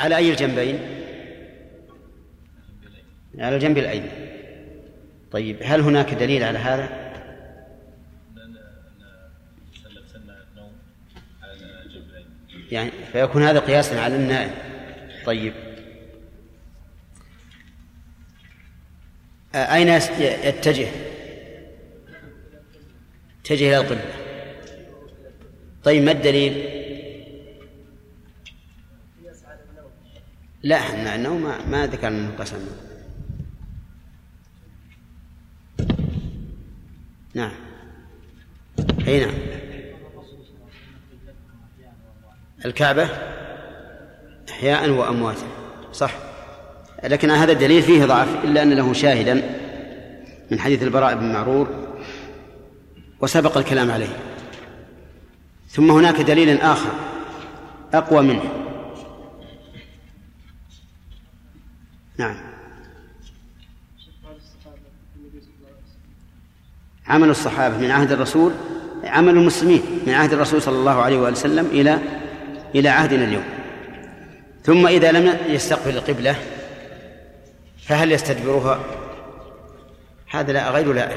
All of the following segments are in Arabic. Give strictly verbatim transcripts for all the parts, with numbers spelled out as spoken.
على أي الجنبين؟ على الجنب الأيمن. طيب هل هناك دليل على هذا؟ يعني فيكون هذا قياسا على النائم. طيب أين يتجه؟ يتجه إلى القبلة. طيب ما الدليل؟ لا احنا النوم ما, ما ذكرنا انه قسم. نعم اي نعم. الكعبة احياء وامواتا صح، لكن هذا الدليل فيه ضعف الا ان له شاهدا من حديث البراء بن معرور وسبق الكلام عليه. ثم هناك دليل آخر أقوى منه. نعم عمل الصحابة من عهد الرسول، عمل المسلمين من عهد الرسول صلى الله عليه وآله وسلم إلى إلى عهدنا اليوم. ثم إذا لم يستقبل القبلة فهل يستدبرها؟ هذا لا غير لائق.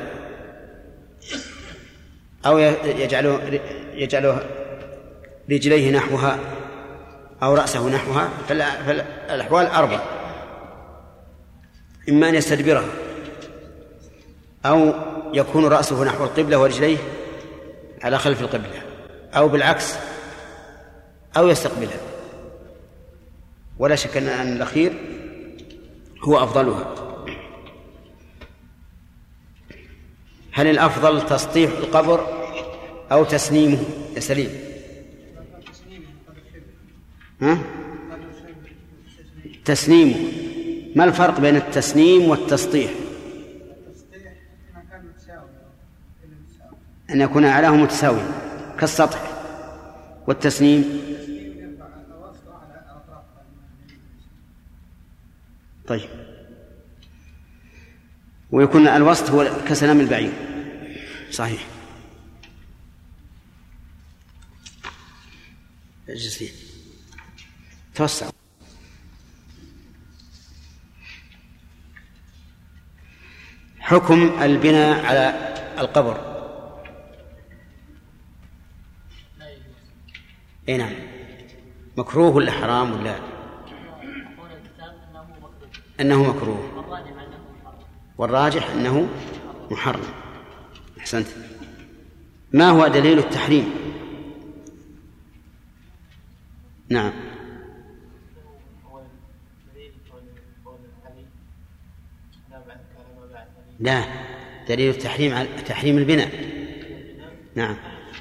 أو يجعله يجعله رجليه نحوها أو رأسه نحوها، فالأحوال أربع: إما أن يستدبرها، أو يكون رأسه نحو القبلة ورجليه على خلف القبلة، أو بالعكس، أو يستقبلها. ولا شك أن الأخير هو أفضلها. هل الأفضل تسطيح القبر أو تسنيمه يا سليم؟ ها؟ تسنيمه. ما الفرق بين التسنيم والتسطيح؟ أن يكون أعلاه متساويا كالسطح، والتسنيم طيب ويكون الوسط هو كسنام البعير. صحيح. اجلسين توسع. حكم البناء على القبر. اي نعم. مكروه ولا حرام ولا؟ انه مكروه، والراجح انه محرم. احسنت. ما هو دليل التحريم؟ نعم لا، دليل التحريم على تحريم البناء. نعم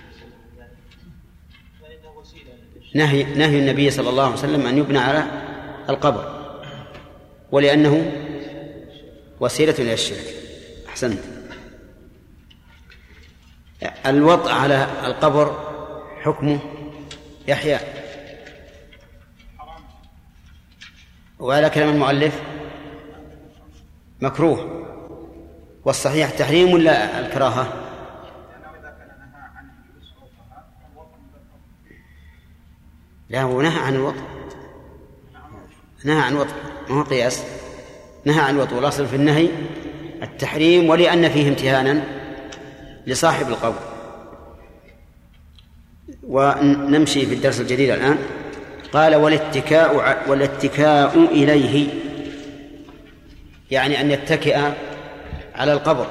نهي نهي النبي صلى الله عليه وسلم أن يبنى على القبر، ولأنه وسيلة إلى الشرك. أحسنت. الوضع على القبر حكمه يحيى، وعلى كلام المؤلف مكروه، والصحيح تحريم ولا الكراهة؟ لا، هو نهى عن الوضع، نهى عن الوضع، ما هو قياس، نهى عن الوضع. والأصل في النهي التحريم، ولأن فيه امتهانا لصاحب القبر. ونمشي في الدرس الجديد الآن. قال والاتكاء والاتكاء إليه، يعني أن يتكئ على القبر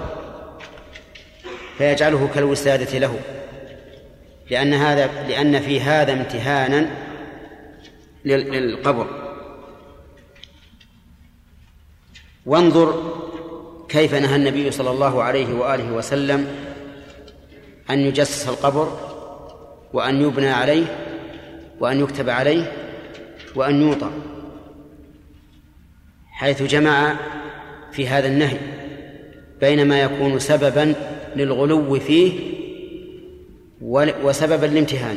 فيجعله كالوسادة له، لأن هذا لأن في هذا امتهانا للقبر. وانظر كيف نهى النبي صلى الله عليه وآله وسلم أن يجسس القبر، وأن يبنى عليه، وأن يكتب عليه، وأن يوطى، حيث جمع في هذا النهي بين ما يكون سببا للغلو فيه وسببا للامتهان.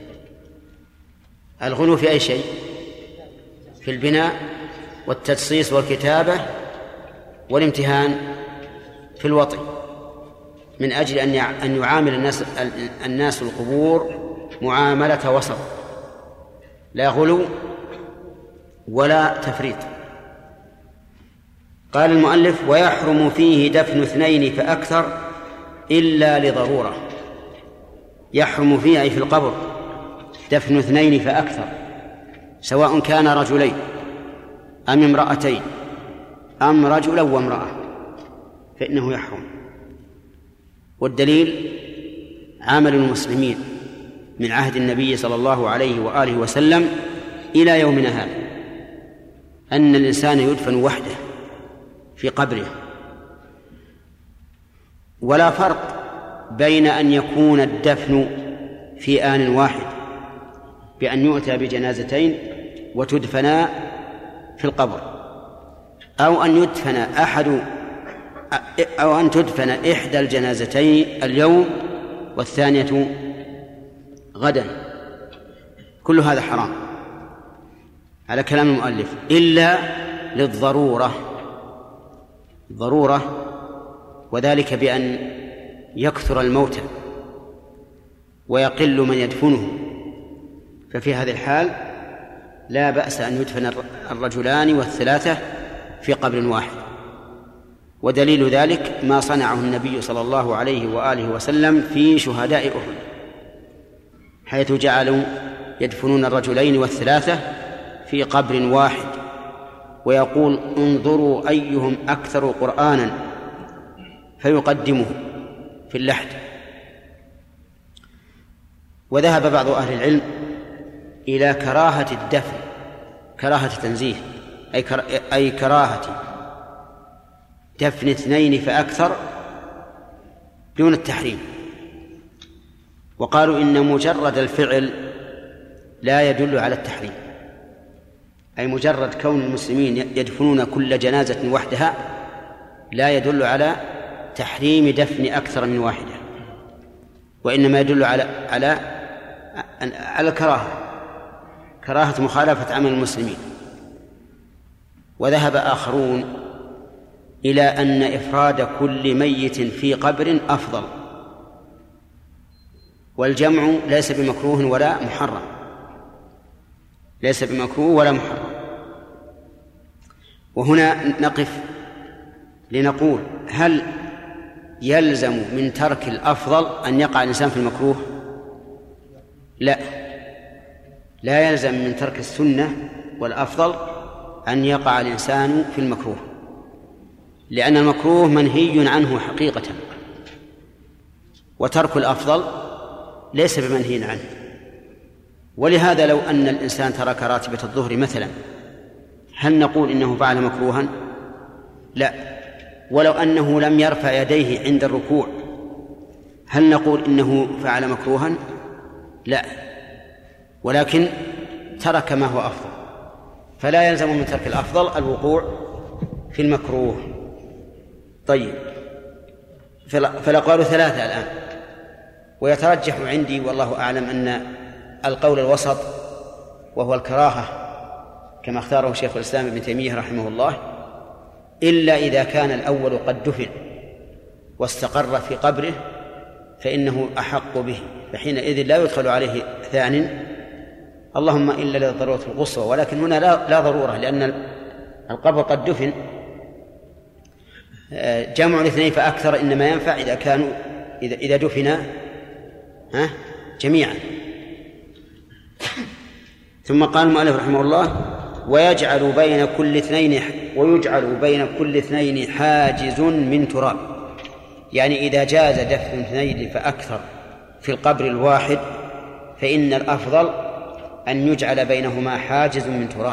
الغلو في أي شيء؟ في البناء والتجصيص والكتابة، والامتهان في الوطي، من أجل أن يعامل الناس الناس القبور معاملة وسط، لا غلو ولا تفريط. قال المؤلف: ويحرم فيه دفن اثنين فأكثر إلا لضرورة. يحرم فيه أي في القبر دفن اثنين فأكثر، سواء كان رجلين أم امرأتين أم رجلا وامرأة، فإنه يحرم. والدليل عمل المسلمين من عهد النبي صلى الله عليه وآله وسلم إلى يومنا هذا، أن الإنسان يدفن وحده في قبره. ولا فرق بين أن يكون الدفن في آن واحد بأن يؤتى بجنازتين وتدفنا في القبر، أو أن يدفن أحد أو أن تدفن إحدى الجنازتين اليوم والثانية غدا. كل هذا حرام على كلام المؤلف إلا للضرورة، ضرورة، وذلك بأن يكثر الموتى ويقل من يدفنه، ففي هذه الحال لا بأس أن يدفن الرجلان والثلاثة في قبر واحد. ودليل ذلك ما صنعه النبي صلى الله عليه وآله وسلم في شهداء أحد، حيث جعلوا يدفنون الرجلين والثلاثة في قبر واحد، ويقول: انظروا أيهم أكثر قرآنا، فيقدمه في اللحد. وذهب بعض أهل العلم إلى كراهة الدفن، كراهة تنزيه، أي, كر... أي كراهة دفن اثنين فأكثر دون التحريم. وقالوا إن مجرد الفعل لا يدل على التحريم، أي مجرد كون المسلمين يدفنون كل جنازة وحدها لا يدل على تحريم دفن أكثر من واحدة، وإنما يدل على على على الكراهة، كراهة مخالفة عمل المسلمين. وذهب آخرون إلى أن إفراد كل ميت في قبر أفضل، والجمع ليس بمكروه ولا محرم، ليس بمكروه ولا محرم. وهنا نقف لنقول: هل يلزم من ترك الأفضل أن يقع الإنسان في المكروه؟ لا، لا يلزم من ترك السنة والأفضل أن يقع الإنسان في المكروه، لأن المكروه منهي عنه حقيقة، وترك الأفضل ليس بمنهي عنه. ولهذا لو أن الإنسان ترك راتبة الظهر مثلا، هل نقول إنه فعل مكروها؟ لا. ولو أنه لم يرفع يديه عند الركوع، هل نقول إنه فعل مكروها؟ لا، ولكن ترك ما هو أفضل، فلا يلزم من ترك الأفضل الوقوع في المكروه. طيب، فالأقوال ثلاثة الآن، ويترجح عندي والله أعلم أن القول الوسط وهو الكراهة كما اختاره شيخ الإسلام ابن تيمية رحمه الله، إلا إذا كان الأول قد دفن واستقر في قبره فإنه أحق به، فحينئذ لا يدخل عليه ثان، اللهم إلا للضرورة القصوى. ولكن هنا لا, لا ضرورة، لأن القبر قد دفن. جمع الاثنين فأكثر إنما ينفع إذا كانوا إذا, إذا دفنا ها جميعا. ثم قال المؤلف رحمه الله: ويجعل بين كل اثنين ويجعل بين كل اثنين حاجز من تراب، يعني إذا جاز دفن اثنين فأكثر في القبر الواحد فإن الأفضل أن يجعل بينهما حاجز من تراب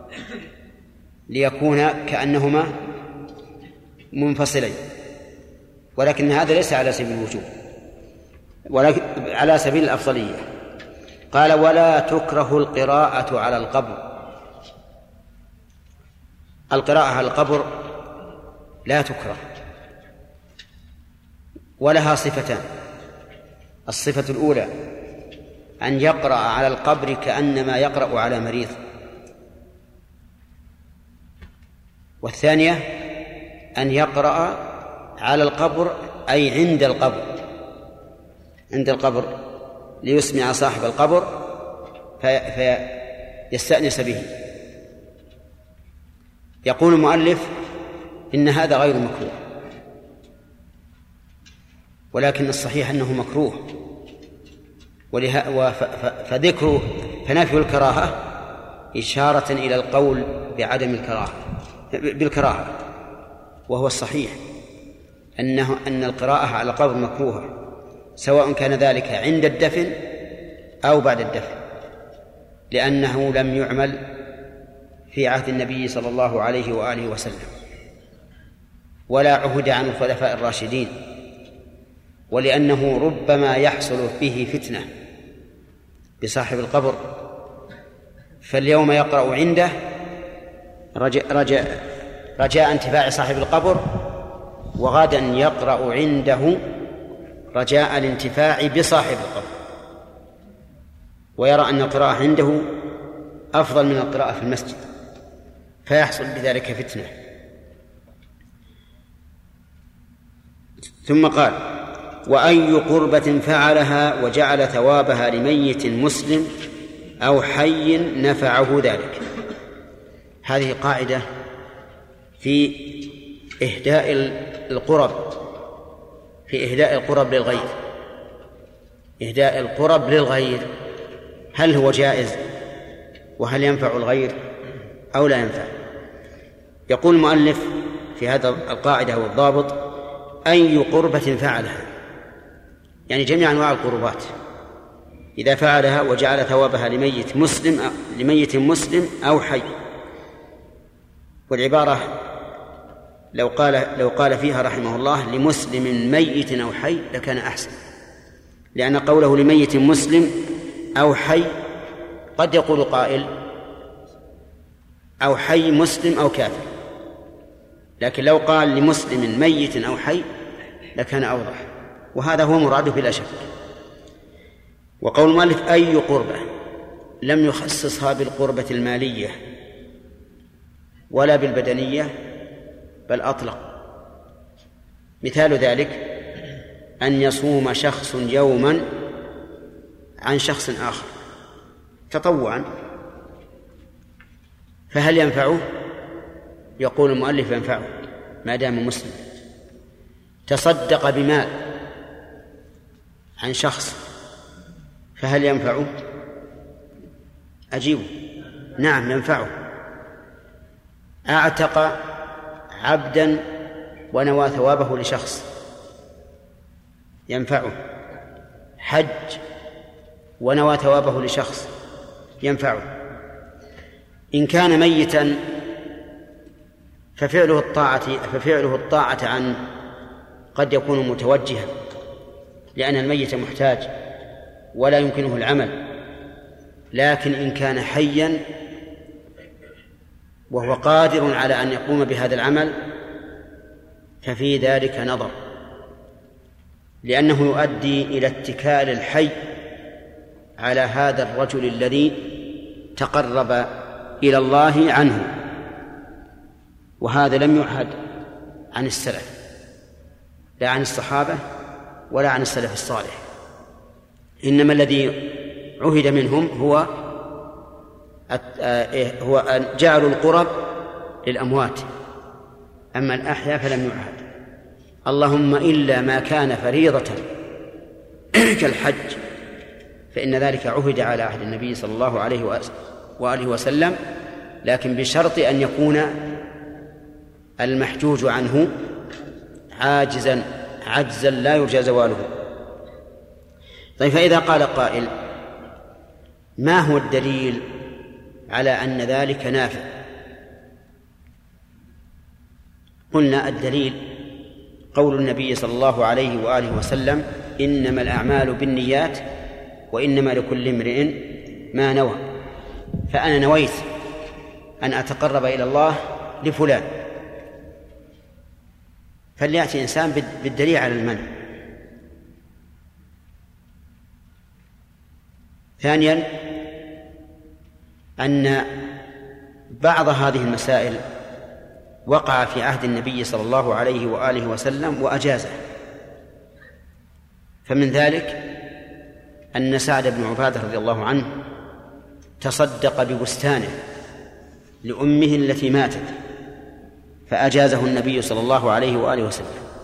ليكون كأنهما منفصلين، ولكن هذا ليس على سبيل الوجوب ولكن على سبيل الأفضلية. قال: ولا تكره القراءة على القبر. القراءة على القبر لا تكره، ولها صفتان: الصفة الأولى أن يقرأ على القبر كأنما يقرأ على مريض، والثانية أن يقرأ على القبر أي عند القبر، عند القبر ليسمع صاحب القبر فيستأنس به. يقول المؤلف إن هذا غير مكروه، ولكن الصحيح أنه مكروه، فذكر فنفي الكراهة إشارة إلى القول بعدم الكراهة بالكراهة، وهو الصحيح أنه أن القراءة على القبر مكروهة، سواء كان ذلك عند الدفن أو بعد الدفن، لأنه لم يعمل في عهد النبي صلى الله عليه وآله وسلم، ولا عهد عن الخلفاء الراشدين، ولأنه ربما يحصل به فتنة بصاحب القبر، فاليوم يقرأ عنده رجاء, رجاء, رجاء انتفاع صاحب القبر، وغدا يقرأ عنده رجاء الانتفاع بصاحب القبر، ويرى أن القراءة عنده أفضل من القراءة في المسجد، فيحصل بذلك فتنة. ثم قال: وأي قربة فعلها وجعل ثوابها لميت مسلم أو حي نفعه ذلك. هذه قاعدة في إهداء القرب في إهداء القرب للغير. إهداء القرب للغير هل هو جائز، وهل ينفع الغير أو لا ينفع؟ يقول المؤلف في هذا القاعدة والضابط: أي قربة فعلها، يعني جميع أنواع القربات إذا فعلها وجعل ثوابها لميت مسلم أو لميت مسلم أو حي. والعبارة لو قال لو قال فيها رحمه الله لمسلم ميت أو حي لكان أحسن، لأن قوله لميت مسلم أو حي قد يقول قائل أو حي مسلم أو كافر، لكن لو قال لمسلم ميت أو حي لكان أوضح، وهذا هو مراده بلا شك. وقول المؤلف أي قربة لم يخصصها بالقربة المالية ولا بالبدنية، بل أطلق. مثال ذلك أن يصوم شخص يوما عن شخص آخر تطوعا، فهل ينفعه؟ يقول المؤلف ينفعه ما دام مسلم. تصدق بمال عن شخص فهل ينفعه؟ أجيبه نعم ينفعه. أعتق عبدا ونوى ثوابه لشخص ينفعه. حج ونوى ثوابه لشخص ينفعه. إن كان ميتا ففعله الطاعة ففعله الطاعة عنه قد يكون متوجها، لأن الميت محتاج ولا يمكنه العمل، لكن إن كان حيا وهو قادر على أن يقوم بهذا العمل ففي ذلك نظر، لأنه يؤدي إلى اتكال الحي على هذا الرجل الذي تقرب إلى الله عنه، وهذا لم يعهد عن السلف، لا عن الصحابة ولا عن السلف الصالح، إنما الذي عهد منهم هو هو أن جعلوا القرب للأموات، أما الأحياء فلم يعهد، اللهم إلا ما كان فريضة كالحج فإن ذلك عهد على عهد النبي صلى الله عليه وآله وسلم، لكن بشرط أن يكون المحجوج عنه عاجزا عجزا لا يرجى زواله. طيب، فإذا قال قائل ما هو الدليل على أن ذلك نافع؟ قلنا الدليل قول النبي صلى الله عليه وآله وسلم إنما الأعمال بالنيات وإنما لكل امرئ ما نوى، فأنا نويت أن أتقرب إلى الله لفلان، فليأتي إنسان بالدليل على المنع. ثانيا أن بعض هذه المسائل وقع في عهد النبي صلى الله عليه وآله وسلم وأجازه، فمن ذلك أن سعد بن عبادة رضي الله عنه تصدق ببستانه لأمه التي ماتت فأجازه النبي صلى الله عليه وآله وسلم.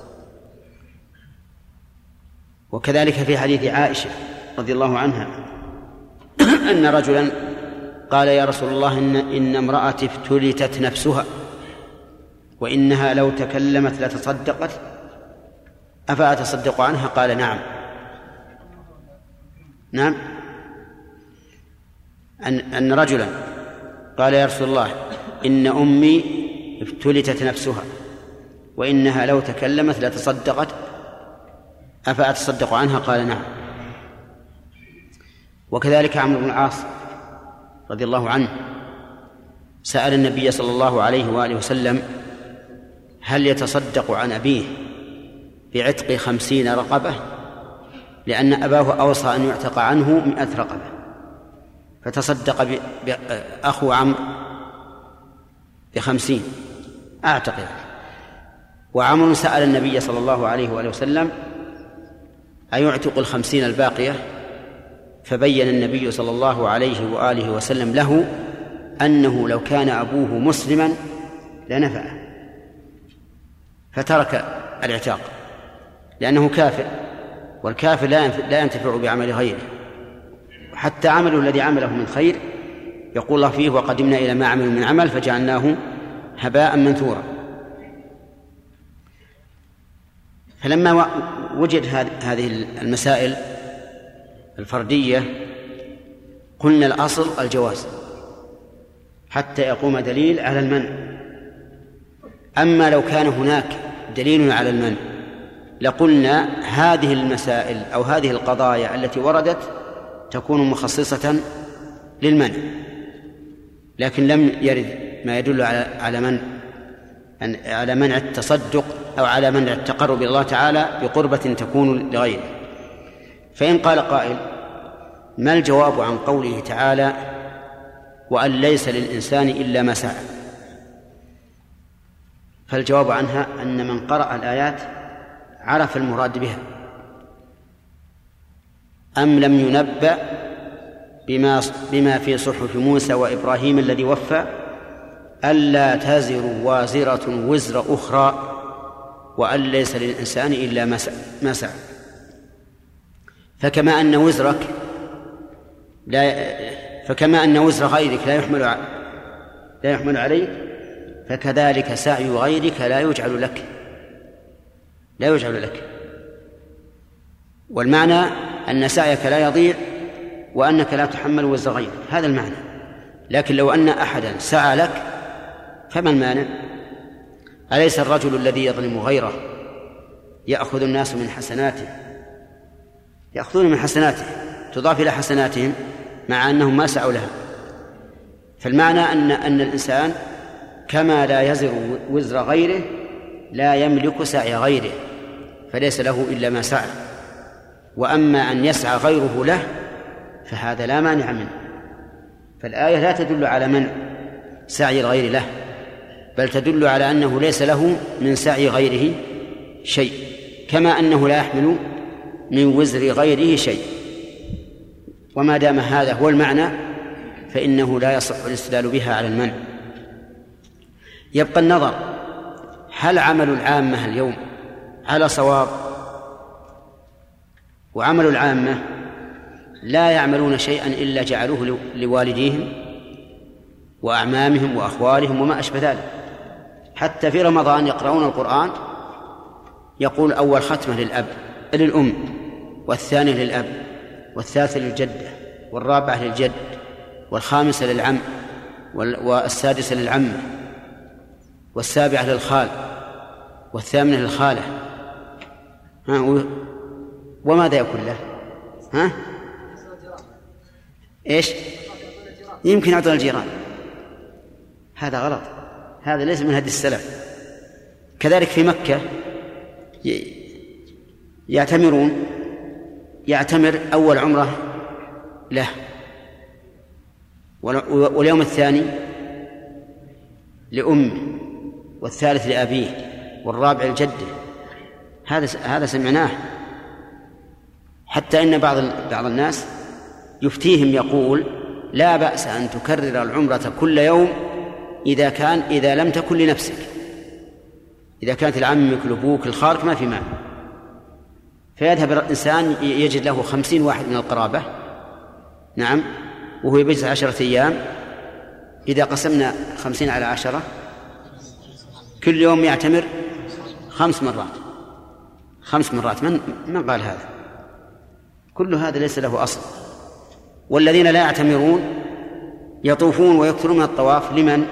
وكذلك في حديث عائشة رضي الله عنها أن رجلا قال يا رسول الله إن, إن امرأتي افتلتت نفسها وإنها لو تكلمت لتصدقت أفأتصدق عنها؟ قال نعم. نعم أن, أن رجلا قال يا رسول الله إن أمي افتلتت نفسها وإنها لو تكلمت لتصدقت أفأتصدق عنها؟ قال نعم. وكذلك عمرو بن العاص رضي الله عنه سأل النبي صلى الله عليه وآله وسلم هل يتصدق عن أبيه بعتق خمسين رقبة، لأن أباه أوصى أن يعتق عنه مئة رقبة، فتصدق أخو عمرو بخمسين أعتق يعني. وعمرو سأل النبي صلى الله عليه وآله وسلم أيعتق الخمسين الباقية، فبين النبي صلى الله عليه وآله وسلم له أنه لو كان أبوه مسلما لنفعه، فترك الاعتاق لأنه كافر، والكافر لا ينتفع بعمل غيره، حتى عمله الذي عمله من خير يقول الله فيه وقدمنا إلى ما عملوا من عمل فجعلناه هباء منثورا. فلما وجد هذه المسائل الفردية قلنا الأصل الجواز حتى يقوم دليل على المنع. أما لو كان هناك دليل على المنع لقلنا هذه المسائل أو هذه القضايا التي وردت تكون مخصصة للمنع، لكن لم يرد ما يدل على على منع على منع التصدق أو على منع التقرب إلى الله تعالى بقربة تكون لغيره. فإن قال قائل ما الجواب عن قوله تعالى وأن ليس للإنسان إلا ما سعى؟ فالجواب عنها أن من قرأ الآيات عرف المراد بها، أم لم ينبأ بما, بما في صحف موسى وإبراهيم الذي وفى ألا تزر وازرة وزر أخرى وأن ليس للإنسان إلا ما سعى. فكما أن وزرك لا فكما أن وزر غيرك لا يحمل لا يحمل عليك، فكذلك سعي غيرك لا يجعل لك لا يجعل لك والمعنى أن سعيك لا يضيع وأنك لا تحمل وزر غيرك، هذا المعنى. لكن لو أن أحدا سعى لك فما المانع؟ أليس الرجل الذي يظلم غيره يأخذ الناس من حسناته يأخذون من حسناته تضاف إلى حسناتهم مع أنهم ما سعوا لها؟ فالمعنى أن أن الإنسان كما لا يزر وزر غيره لا يملك سعي غيره، فليس له إلا ما سعى. وأما أن يسعى غيره له فهذا لا مانع منه. فالآية لا تدل على منع سعي الغير له، بل تدل على أنه ليس له من سعي غيره شيء، كما أنه لا يحمل من وزر غيره شيء. وما دام هذا هو المعنى فإنه لا يصح الاستدلال بها على المنع. يبقى النظر هل عمل العامة اليوم على صواب؟ وعمل العامة لا يعملون شيئا إلا جعلوه لوالديهم وأعمامهم وأخوالهم وما أشبه ذلك. حتى في رمضان يقرؤون القرآن يقول أول ختمة للأب للأم، والثانية للأب، والثالثة للجدة، والرابعة للجد، والخامسة للعم، والسادسة للعمة، والسابعة للخال، والثامنة للخالة. ها وماذا يكون له؟ ها إيش؟ يمكن يعطون الجيران. هذا غلط، هذا ليس من هدي السلف. كذلك في مكة يعتمرون يعتمر أول عمرة له، واليوم الثاني لأمه، والثالث لأبيه، والرابع لجده. هذا هذا سمعناه. حتى إن بعض بعض الناس يفتيهم يقول لا بأس أن تكرر العمرة كل يوم إذا كان إذا لم تكن لنفسك، إذا كانت العم كالأبوك الخالق ما في معنى. فيذهب الإنسان يجد له خمسين واحد من القرابة، نعم، وهو يبجز عشرة أيام. إذا قسمنا خمسين على عشرة كل يوم يعتمر خمس مرات خمس مرات من من قال هذا؟ كل هذا ليس له أصل. والذين لا يعتمرون يطوفون ويكثرون من الطواف لمن؟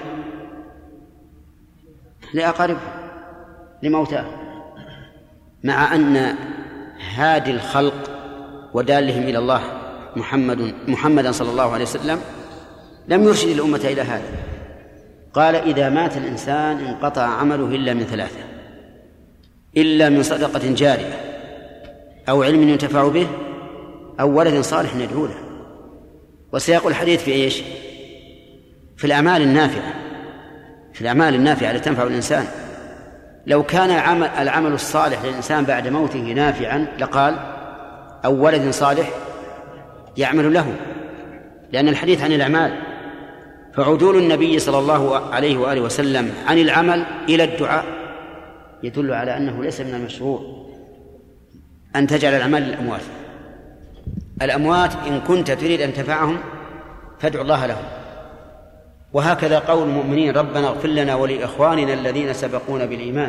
لأقاربهم، لموتاه، مع أن هادي الخلق ودالهم إلى الله محمد محمدا صلى الله عليه وسلم لم يرشد الأمة إلى هذا. قال: إذا مات الإنسان انقطع عمله إلا من ثلاثة: إلا من صدقة جارية، أو علم ينتفع به، أو ولد صالح يدعو له. وسياق الحديث في إيش؟ في الأعمال النافعة، في الأعمال النافعة التي تنفع الإنسان. لو كان العمل, العمل الصالح للإنسان بعد موته نافعا لقال: أو ولد صالح يعمل له، لأن الحديث عن الأعمال. فعدول النبي صلى الله عليه وآله وسلم عن العمل إلى الدعاء يدل على أنه ليس من المشروع أن تجعل الأعمال للأموات. الأموات إن كنت تريد أن تنفعهم فادع الله لهم. وهكذا قول المؤمنين: ربنا اغفر لنا ولإخواننا الذين سبقونا بالإيمان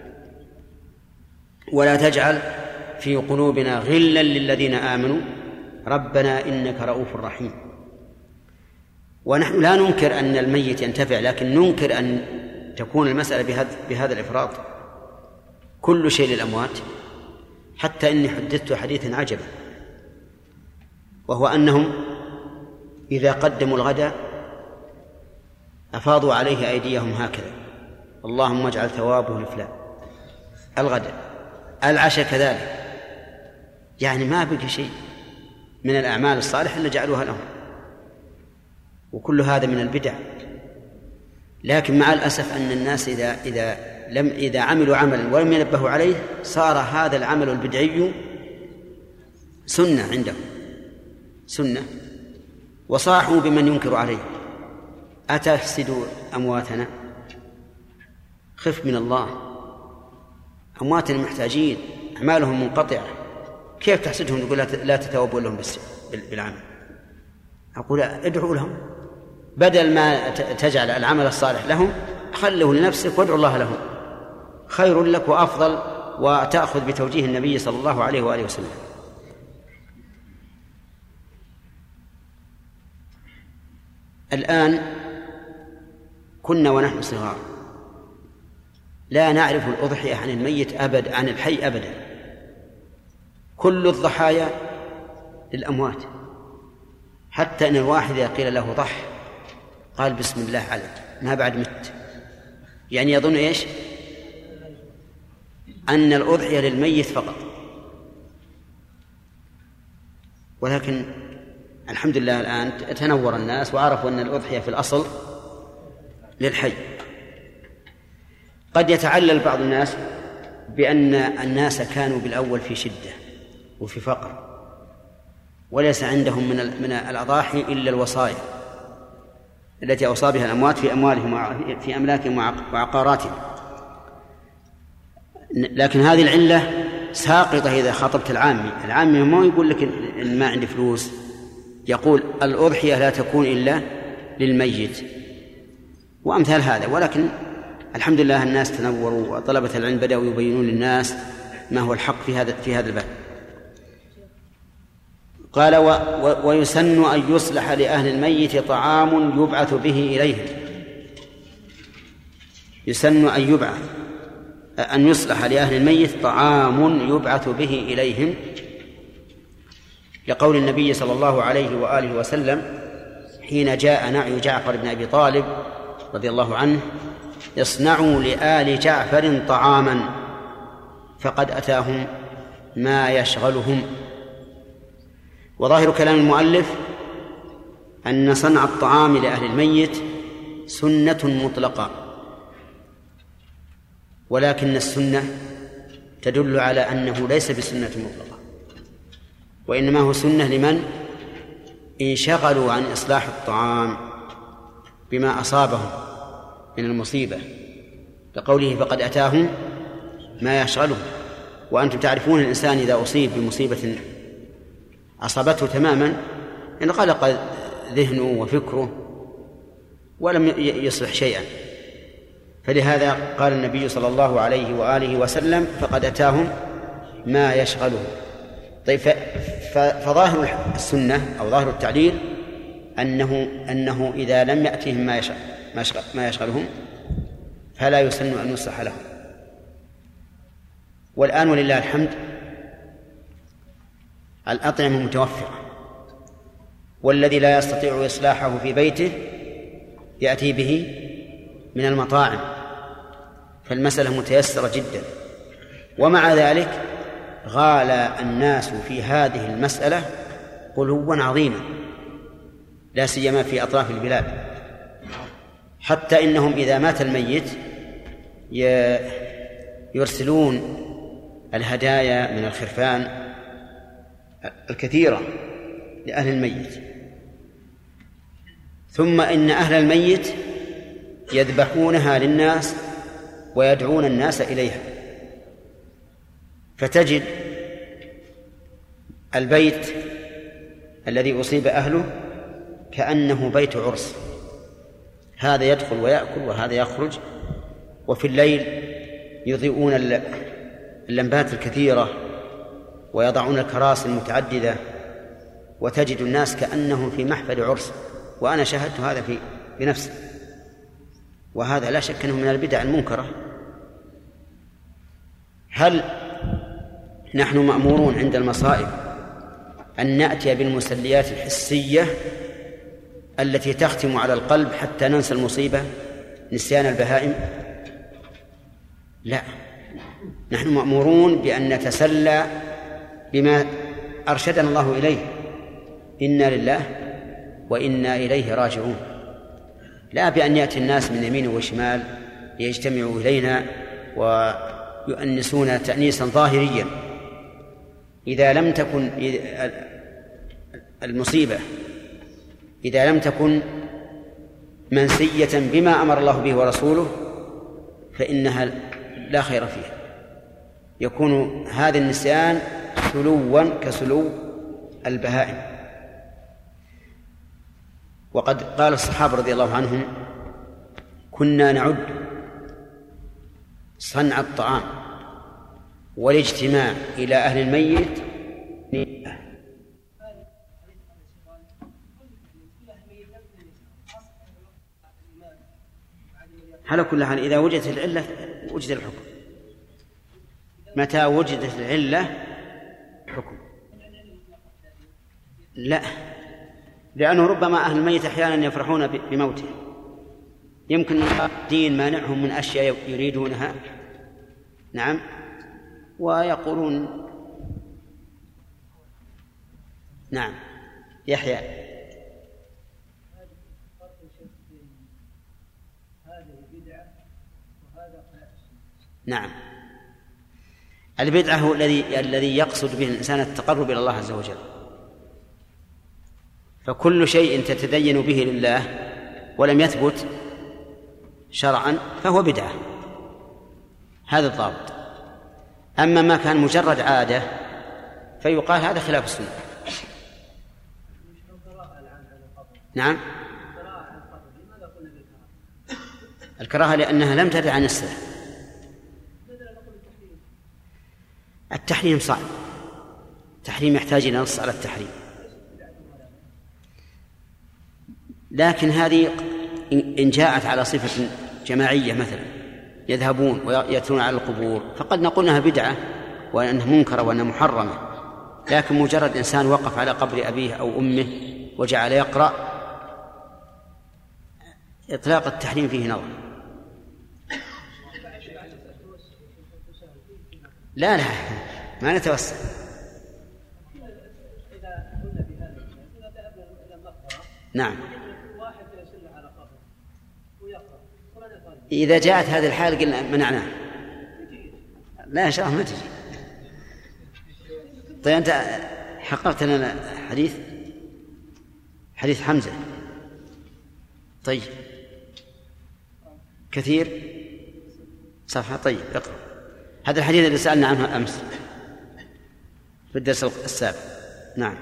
ولا تجعل في قلوبنا غلا للذين آمنوا ربنا إنك رؤوف رحيم. ونحن لا ننكر أن الميت ينتفع، لكن ننكر أن تكون المسألة بهذا, بهذا الإفراط. كل شيء للأموات. حتى إني حدثت حديثا عجبا، وهو أنهم إذا قدموا الغداء أفاضوا عليه أيديهم هكذا: اللهم اجعل ثوابه لفلان. الغداء، العشاء كذلك، يعني ما بقي شيء من الأعمال الصالحة إلا جعلوها لهم. وكل هذا من البدع. لكن مع الأسف أن الناس إذا إذا لم إذا عملوا عملا ولم ينبهوا عليه صار هذا العمل البدعي سنة عندهم، سنة، وصاحوا بمن ينكر عليه: أتفسد أمواتنا؟ خف من الله، أمواتنا محتاجين، أعمالهم منقطعة، كيف تحسدهم تقول لا تتوبوا لهم بالعمل؟ أقول ادعوا لهم، بدل ما تجعل العمل الصالح لهم خله لنفسك وادعوا الله لهم، خير لك وأفضل، وتأخذ بتوجيه النبي صلى الله عليه وآله وسلم. الآن كنا ونحن صغار لا نعرف الأضحية عن الميت أبد، عن الحي أبدا. كل الضحايا للأموات، حتى أن الواحد إذا قيل له ضح قال بسم الله عليك ما بعد مت، يعني يظن إيش؟ أن الأضحية للميت فقط. ولكن الحمد لله الآن تنور الناس وعرفوا أن الأضحية في الأصل للحي. قد يتعلل بعض الناس بأن الناس كانوا بالأول في شدة وفي فقر وليس عندهم من من الأضاحي إلا الوصايا التي أوصى بها الأموات في أموالهم في أملاكهم وعقاراتهم. لكن هذه العلة ساقطة إذا خاطبت العامي. العامي ما يقول لك إن ما عندي فلوس، يقول الأضحية لا تكون إلا للميت وأمثال هذا. ولكن الحمد لله الناس تنوروا وطلبة العلم بدأوا يبينون للناس ما هو الحق في هذا في هذا الباب. قال و و ويسن أن يصلح لأهل الميت طعام يبعث به إليهم. يسن أن يبعث أن يصلح لأهل الميت طعام يبعث به إليهم، لقول النبي صلى الله عليه وآله وسلم حين جاء نعي جعفر بن أبي طالب رضي الله عنه: اصنعوا لآل جعفر طعاما، فقد أتاهم ما يشغلهم. وظاهر كلام المؤلف أن صنع الطعام لأهل الميت سنة مطلقة، ولكن السنة تدل على أنه ليس بسنة مطلقة، وإنما هو سنة لمن انشغلوا عن إصلاح الطعام بما أصابهم من المصيبة لقوله فقد أتاهم ما يشغله. وأنتم تعرفون الإنسان إذا أصيب بمصيبة أصابته تماما انقلق ذهنه وفكره ولم يصلح شيئا. فلهذا قال النبي صلى الله عليه وآله وسلم فقد أتاهم ما يشغله. طيب فظاهر السنة أو ظاهر التعليل أنه أنه إذا لم يأتهم ما يشغل ما يشغلهم فلا يسن أن يصلح لهم. والآن ولله الحمد الأطعمة متوفرة، والذي لا يستطيع إصلاحه في بيته يأتي به من المطاعم، فالمسألة متيسرة جدا. ومع ذلك غالى الناس في هذه المسألة غلوا عظيما، لا سيما في أطراف البلاد، حتى إنهم إذا مات الميت يرسلون الهدايا من الخرفان الكثيرة لأهل الميت، ثم إن أهل الميت يذبحونها للناس ويدعون الناس إليها، فتجد البيت الذي أصيب أهله كأنه بيت عرس، هذا يدخل ويأكل وهذا يخرج. وفي الليل يضيئون اللمبات الكثيرة ويضعون الكراسي المتعددة، وتجد الناس كأنهم في محفل عرس، وأنا شاهدت هذا في بنفسي، وهذا لا شك أنه من البدع المنكرة. هل نحن مأمورون عند المصائب أن نأتي بالمسليات الحسية التي تختم على القلب حتى ننسى المصيبة نسيان البهائم؟ لا، نحن مأمورون بأن نتسلى بما أرشدنا الله إليه، إنا لله وإنا إليه راجعون، لا بأن يأتي الناس من يمين وشمال ليجتمعوا إلينا ويؤنسون تأنيسا ظاهريا. إذا لم تكن المصيبة إذا لم تكن منسية بما أمر الله به ورسوله فإنها لا خير فيها، يكون هذا النسيان سلوا كسلو البهائم. وقد قال الصحابة رضي الله عنهم كنا نعد صنع الطعام والاجتماع إلى أهل الميت. على كل حال إذا وجدت العلة وجد الحكم، متى وجدت العلة حكم. لا، لأنه ربما أهل الميت أحيانا يفرحون بموته، يمكن الدين مانعهم من أشياء يريدونها، نعم، ويقولون نعم. يحيى نعم، البدعة هو الذي الذي يقصد به الإنسان التقرب إلى الله عز وجل، فكل شيء تتدين به لله ولم يثبت شرعا فهو بدعة، هذا الضابط. أما ما كان مجرد عادة فيقال هذا خلاف السنة. نعم، الكراهة لأنها لم تدع عن السنة. التحريم صعب، التحريم يحتاج إلى نص على التحريم، لكن هذه إن جاءت على صفة جماعية مثلا يذهبون ويأتون على القبور فقد نقول أنها بدعة وأنها منكرة وأنها محرمة، لكن مجرد إنسان وقف على قبر أبيه أو أمه وجعل يقرأ، إطلاق التحريم فيه نظر. لا لا ما نتوسع. نعم، إذا جاءت هذه الحالة قلنا منعناه، لا إن شاء الله ما تجي. طيب أنت حققت لنا حديث حديث حمزة، طيب كثير صفحة. طيب اقرأ هذا الحديث اللي سألنا عنه أمس في الدرس السابق. نعم.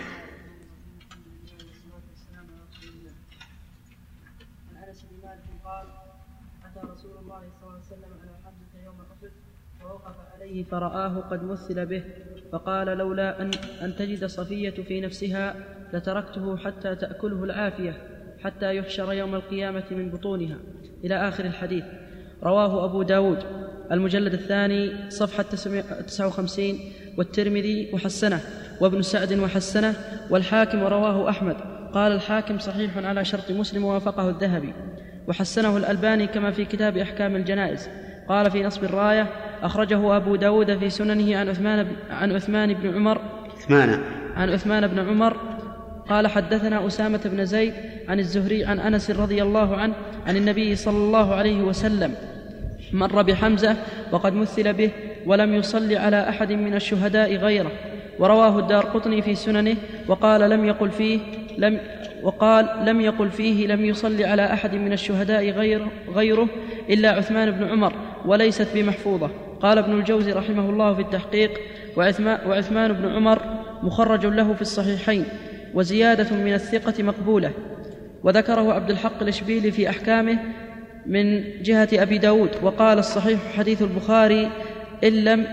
فرآه قد مثل به فقال لولا أن, أن تجد صفية في نفسها لتركته حتى تأكله العافية حتى يحشر يوم القيامة من بطونها إلى آخر الحديث. رواه أبو داود المجلد الثاني صفحة تسعة وخمسين والترمذي وحسنه وابن سعد وحسنه والحاكم ورواه أحمد. قال الحاكم صحيح على شرط مسلم ووافقه الذهبي وحسنه الألباني كما في كتاب أحكام الجنائز. قال في نصب الراية أخرجه أبو داود في سننه عن عثمان عن عثمان بن عمر عثمان عن عثمان بن عمر قال حدثنا أسامة بن زيد عن الزهري عن أنس رضي الله عنه عن النبي صلى الله عليه وسلم مر بحمزة وقد مثل به ولم يصلي على أحد من الشهداء غيره. ورواه الدارقطني في سننه وقال لم يقل فيه لم وقال لم يقل فيه لم يصلي على أحد من الشهداء غير غيره إلا عثمان بن عمر وليست بمحفوظة. قال ابن الجوزي رحمه الله في التحقيق وعثمان بن عمر مخرج له في الصحيحين وزيادة من الثقة مقبولة. وذكره عبد الحق الإشبيلي في أحكامه من جهة أبي داود وقال الصحيح حديث البخاري إن لم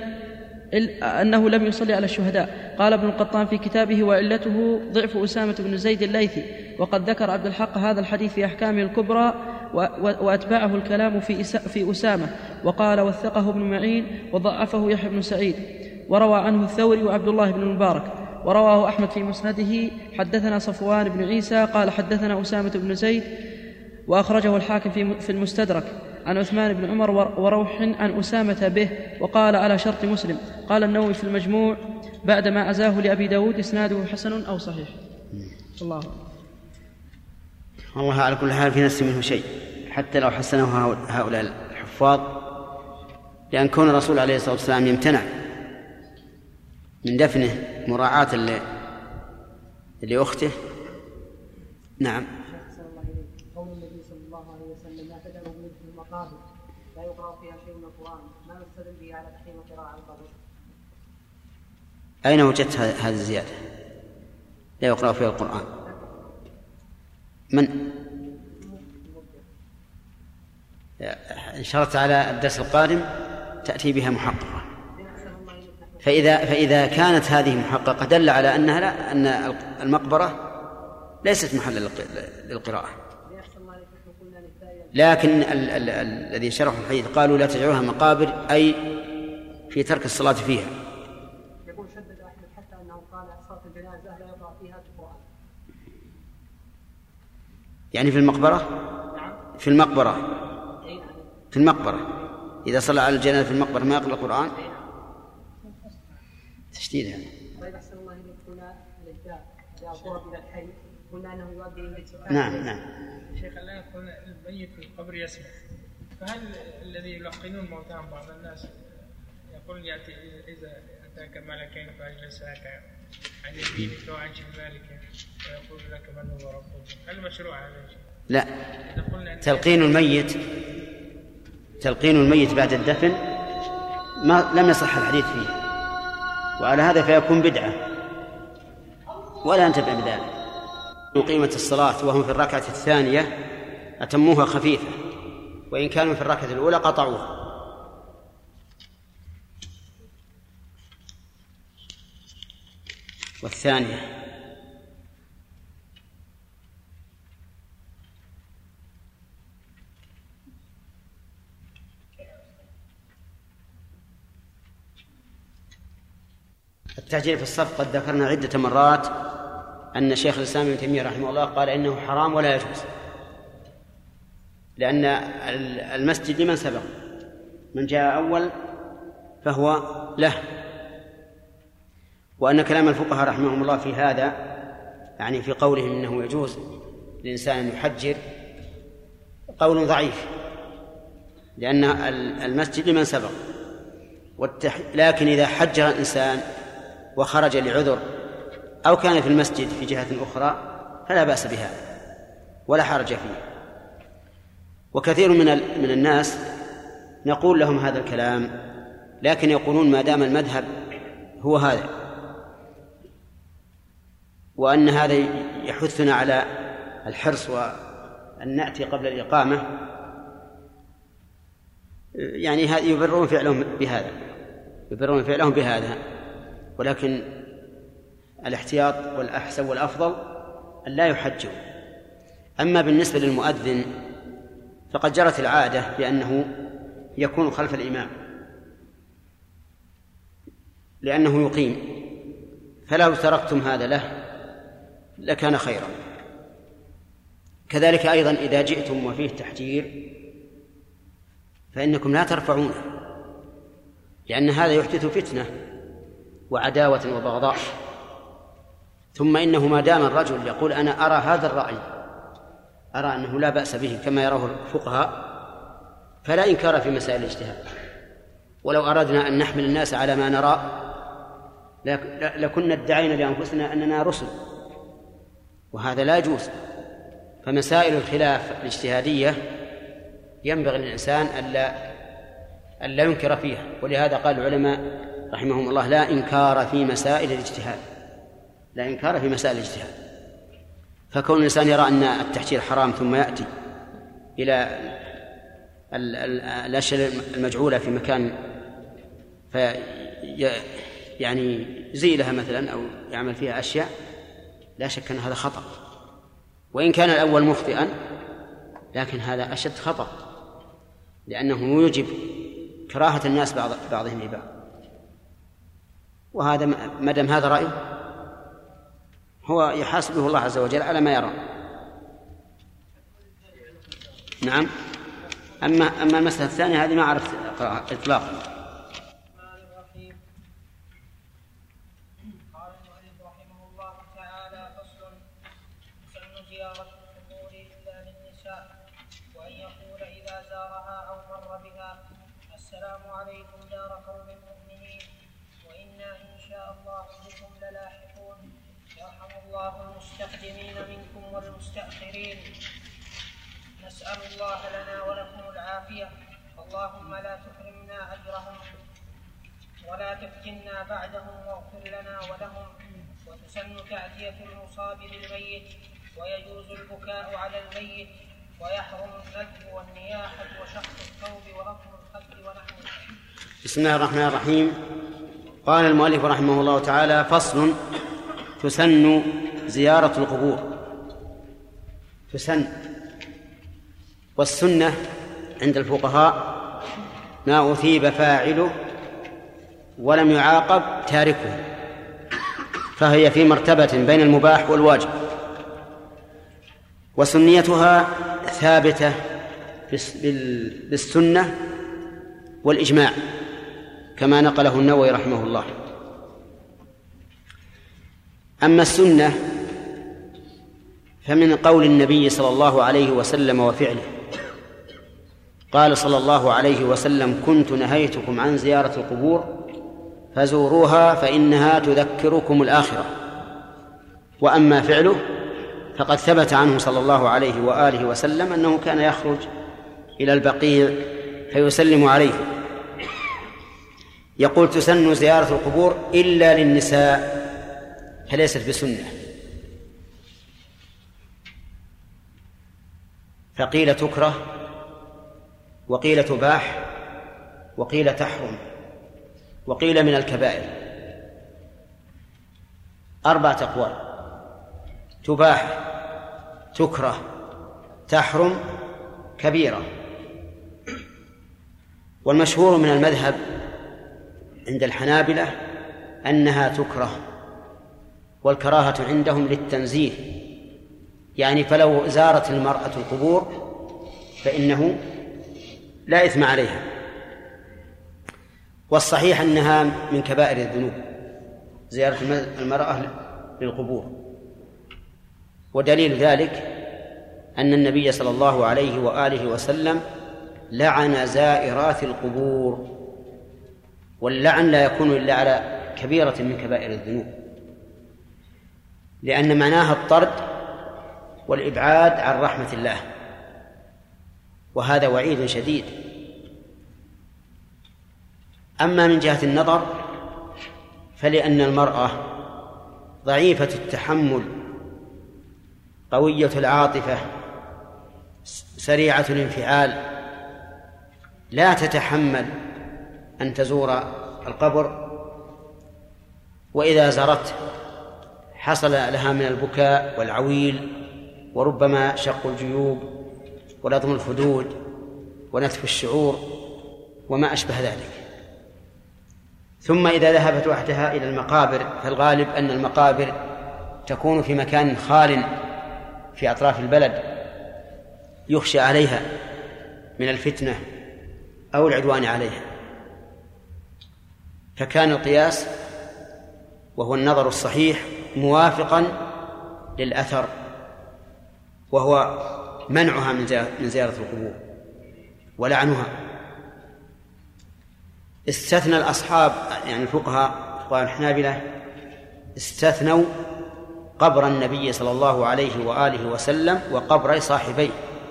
أنه لم يصلي على الشهداء. قال ابن القطان في كتابه وعلته ضعف أسامة بن زيد الليثي. وقد ذكر عبد الحق هذا الحديث في أحكامه الكبرى وأتبعه الكلام في أسامة وقال وثقه ابن معين وضعفه يحيى بن سعيد. وروى عنه الثوري وعبد الله بن المبارك. ورواه أحمد في مسنده حدثنا صفوان بن عيسى قال حدثنا أسامة بن زيد وأخرجه الحاكم في المستدرك عن عثمان بن عمر وروح عن أسامة به وقال على شرط مسلم. قال النووي في المجموع بعدما أزاه لأبي داود إسناده حسن أو صحيح. الله والله على كل حال في نفس منه شيء حتى لو حسنه هؤلاء الحفاظ لأن كون الرسول عليه الصلاة والسلام يمتنع من دفنه مراعاة لأخته. نعم. قول النبي صلى الله عليه وسلم لا تدعوا بيوت المقابر لا يقرأ فيها شيء من القرآن ما نستدل به على تحريم قراءة القبر. أين وجدت هذه الزيادة لا يقرأ فيها القرآن؟ من إن شرط على الدرس القادم تأتي بها محققة. فإذا فإذا كانت هذه محققة دل على أنها لا أن المقبرة ليست محلا للقراءة. لكن الذي شرحوا الحديث قالوا لا تجعلوها مقابر أي في ترك الصلاة فيها. يقول شدد أحمد حتى أنه قال صلاة الجنازة لا يقرأ فيها القرآن. يعني في المقبرة في المقبرة في المقبرة إذا صلى على الجنازة في المقبرة ما يقرأ القرآن تشديد هذا. طيب أحسن الله إليك هنا الإهداء إذا قرب إلى الحي قلنا أنه يؤدي إلى الاتفاق. نعم نعم. شيخ لا يكون الميت في القبر يسمع فهل الذي يلقنون موتاهم بعض الناس يقول يأتي إذا أتاك ملكين فأجلساك عن يمينك وعن شمالك ويقول لك من هو ربك هل مشروع هذا الشيء؟ لا. تلقين الميت تلقين الميت بعد الدفن ما لم يصح الحديث فيه وعلى هذا فيكون بدعة ولا ينتفع بذلك. قيمة الصلاة وهم في الركعة الثانية أتموها خفيفة وإن كانوا في الركعة الأولى قطعوها. والثانية التعجيل في الصف قد ذكرنا عدة مرات أن شيخ الإسلام ابن تيمية رحمه الله قال إنه حرام ولا يجوز لأن المسجد لمن سبق من جاء أول فهو له. وأن كلام الفقهاء رحمهم الله في هذا يعني في قولهم إنه يجوز للإنسان أن يحجر قول ضعيف لأن المسجد لمن سبق والتح... لكن إذا حجر الإنسان وخرج لعذر أو كان في المسجد في جهة أخرى فلا بأس بهذا ولا حرج فيه. وكثير من من الناس نقول لهم هذا الكلام، لكن يقولون ما دام المذهب هو هذا وأن هذا يحثنا على الحرص وأن نأتي قبل الإقامة، يعني يبررون فعلهم بهذا يبررون فعلهم بهذا ولكن الاحتياط والأحسن والأفضل أن لا يحجوا. أما بالنسبة للمؤذن فقد جرت العادة بأنه يكون خلف الإمام لأنه يقيم، فلو تركتم هذا له لكان خيرا. كذلك أيضا إذا جئتم وفيه تحجير فإنكم لا ترفعونه، لأن هذا يحدث فتنة وعداوة وبغضاء. ثم إنه ما دام الرجل يقول أنا أرى هذا الرأي، أرى أنه لا بأس به كما يراه الفقهاء، فلا إنكار في مسائل الاجتهاد. ولو أردنا أن نحمل الناس على ما نرى لكنا ادعينا لأنفسنا أننا رسل، وهذا لا يجوز. فمسائل الخلاف الاجتهادية ينبغي للإنسان ألا ألا ينكر فيها، ولهذا قال العلماء رحمهم الله لا إنكار في مسائل الاجتهاد، لا إنكار في مسائل الاجتهاد. فكون الإنسان يرى أن التحجير حرام ثم يأتي إلى الأشياء المجعولة في مكان في يعني يزيلها مثلا أو يعمل فيها أشياء، لا شك أن هذا خطأ، وإن كان الأول مخطئا لكن هذا أشد خطأ، لأنه يوجب كراهة الناس بعض بعضهم لبعض. وهذا ما دام هذا رأيه هو يحاسبه الله عز وجل على ما يرى. نعم. أما أما المسألة الثانية هذه ما عرفت إطلاقا. المستقدمين منكم والمستأخرين، نسأل الله لنا ولكم العافية، اللهم لا تحرمنا أجرهم ولا تفتنا بعدهم، واغفر لنا ولهم. وتسن تعزية المصاب للميت، ويجوز البكاء على الميت، ويحرم الندب والنياحة وشق الثوب ورفع الخد ونحوه. بسم الله الرحمن الرحيم. قال المؤلف رحمه الله تعالى: فصل. تسن زيارة القبور. تسن، والسنة عند الفقهاء ما أثيب فاعله ولم يعاقب تاركه، فهي في مرتبة بين المباح والواجب، وسنيتها ثابتة بالسنة والإجماع كما نقله النووي رحمه الله. أما السنة فمن قول النبي صلى الله عليه وسلم وفعله، قال صلى الله عليه وسلم: كنت نهيتكم عن زيارة القبور فزوروها فإنها تذكركم الآخرة. وأما فعله فقد ثبت عنه صلى الله عليه وآله وسلم أنه كان يخرج إلى البقيع فيسلم عليه. يقول: تسن زيارة القبور إلا للنساء، فليست بسنة. فقيل تكره، وقيل تباح، وقيل تحرم، وقيل من الكبائر. أربعة أقوال: تباح، تكره، تحرم، كبيرة. والمشهور من المذهب عند الحنابلة أنها تكره، والكراهة عندهم للتنزيه، يعني فلو زارت المرأة القبور فإنه لا إثم عليها. والصحيح أنها من كبائر الذنوب زيارة المرأة للقبور، ودليل ذلك أن النبي صلى الله عليه وآله وسلم لعن زائرات القبور، واللعن لا يكون إلا على كبيرة من كبائر الذنوب، لأن معناها الطرد والإبعاد عن رحمة الله، وهذا وعيد شديد. أما من جهة النظر فلأن المرأة ضعيفة التحمل قوية العاطفة سريعة الانفعال، لا تتحمل أن تزور القبر، وإذا زارته حصل لها من البكاء والعويل، وربما شق الجيوب ولطم الخدود ونتف الشعور وما أشبه ذلك. ثم إذا ذهبت وحدها إلى المقابر فالغالب أن المقابر تكون في مكان خال في أطراف البلد يخشى عليها من الفتنة أو العدوان عليها، فكان القياس وهو النظر الصحيح موافقا للأثر، وهو منعها من زيارة القبور ولعنها. استثنى الأصحاب يعني الفقهاء فقهاء الحنابلة استثنوا قبر النبي صلى الله عليه وآله وسلم وقبر صاحبيه،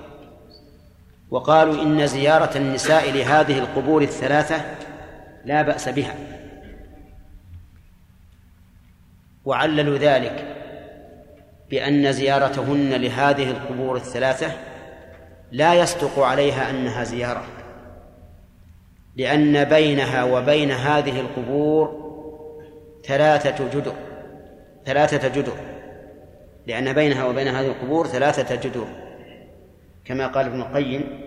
وقالوا إن زيارة النساء لهذه القبور الثلاثة لا بأس بها، وعللوا ذلك بأن زيارتهن لهذه القبور الثلاثة لا يصدق عليها أنها زيارة، لأن بينها وبين هذه القبور ثلاثة جدر ثلاثة جدر لأن بينها وبين هذه القبور ثلاثة جدر كما قال ابن القيم: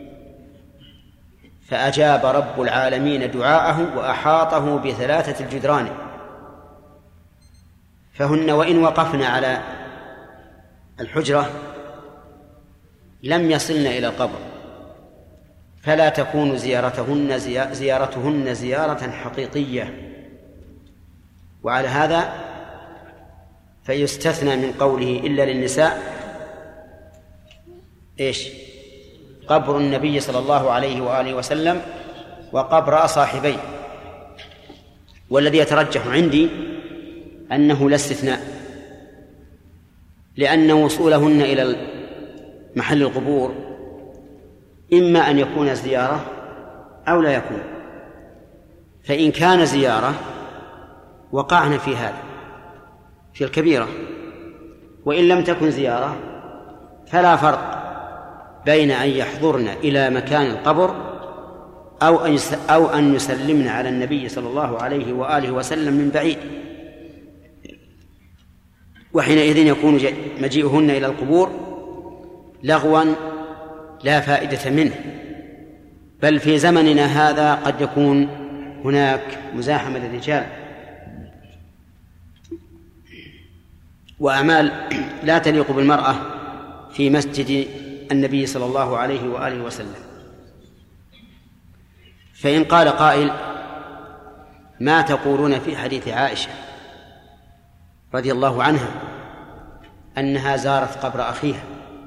فأجاب رب العالمين دعاءه وأحاطه بثلاثة الجدران، فهن وإن وقفنا على الحجرة لم يصلن إلى القبر، فلا تكون زيارتهن زيارتهن زيارة حقيقية. وعلى هذا فيستثنى من قوله إلا للنساء إيش؟ قبر النبي صلى الله عليه وآله وسلم وقبر صاحبيه. والذي يترجح عندي أنه لا استثناء، لأن وصولهن إلى محل القبور إما أن يكون زيارة أو لا يكون، فإن كان زيارة وقعنا في هذا في الكبيرة، وإن لم تكن زيارة فلا فرق بين أن يحضرن إلى مكان القبر أو أن أو أن يسلمن على النبي صلى الله عليه وآله وسلم من بعيد، وحينئذ يكون مجيئهن إلى القبور لغوا لا فائدة منه، بل في زمننا هذا قد يكون هناك مزاحمة للرجال وأعمال لا تليق بالمرأة في مسجد النبي صلى الله عليه وآله وسلم. فإن قال قائل: ما تقولون في حديث عائشة رضي الله عنها أنها زارت قبر أخيها؟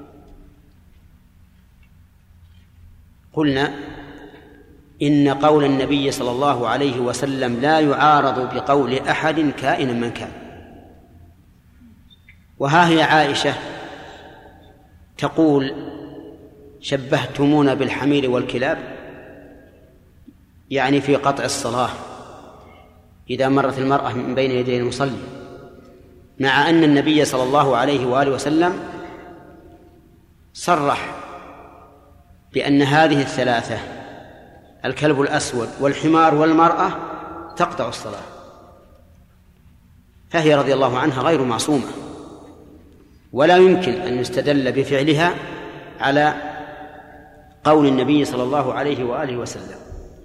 قلنا: إن قول النبي صلى الله عليه وسلم لا يعارض بقول أحد كائنا من كان. وها هي عائشة تقول: شبهتمونا بالحمير والكلاب، يعني في قطع الصلاة إذا مرت المرأة من بين يدي المصلي، مع أن النبي صلى الله عليه وآله وسلم صرح بأن هذه الثلاثة الكلب الأسود والحمار والمرأة تقطع الصلاة، فهي رضي الله عنها غير معصومة، ولا يمكن أن يستدل بفعلها على قول النبي صلى الله عليه وآله وسلم.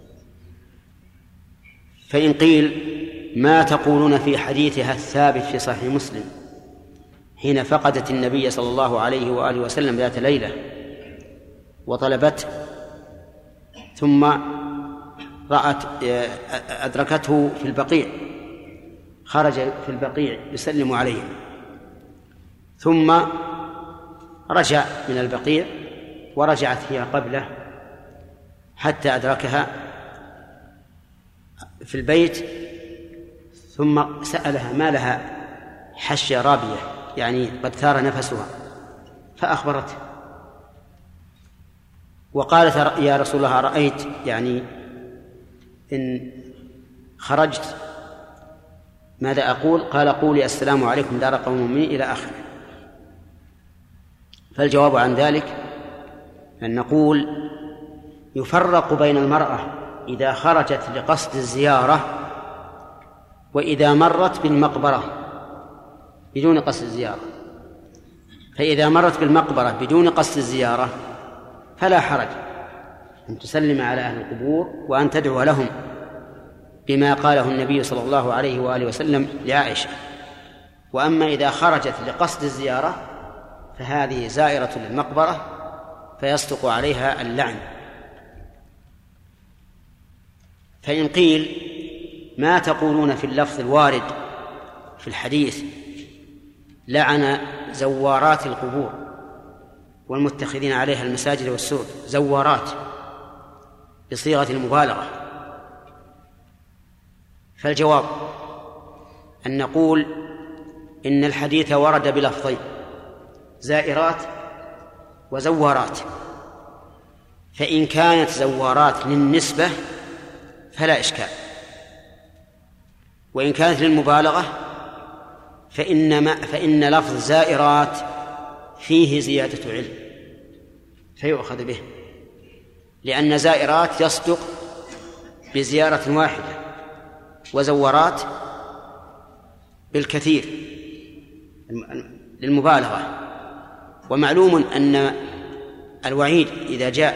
فإن قيل: ما تقولون في حديثها الثابت في صحيح مسلم حين فقدت النبي صلى الله عليه وآله وسلم ذات ليلة وطلبته ثم رأت أدركته في البقيع، خرج في البقيع يسلم عليهم، ثم رجع من البقيع ورجعت هي قبله حتى أدركها في البيت، ثم سألها ما لها حشية رابية، يعني قد ثار نفسها، فأخبرته وقالت: يا رسول الله، رأيت يعني إن خرجت ماذا أقول؟ قال قولي السلام عليكم دار قوم مؤمنين إلى آخره. فالجواب عن ذلك أن نقول يفرق بين المرأة إذا خرجت لقصد الزيارة وإذا مرت بالمقبرة بدون قصد الزيارة. فإذا مرت بالمقبرة بدون قصد الزيارة فلا حرج أن تسلم على أهل القبور وأن تدعو لهم بما قاله النبي صلى الله عليه وآله وسلم لعائشة. وأما إذا خرجت لقصد الزيارة فهذه زائرة للمقبرة فيصدق عليها اللعن. فإن قيل ما تقولون في اللفظ الوارد في الحديث لعن زوارات القبور والمتخذين عليها المساجد والسور، زوارات بصيغة المبالغة، فالجواب أن نقول إن الحديث ورد بلفظين زائرات وزوارات، فإن كانت زوارات للنسبة فلا إشكال، وإن كانت للمبالغة فإن, ما فإن لفظ زائرات فيه زيادة علم فيؤخذ به، لأن زائرات يصدق بزيارة واحدة وزورات بالكثير للمبالغة. ومعلوم أن الوعيد إذا جاء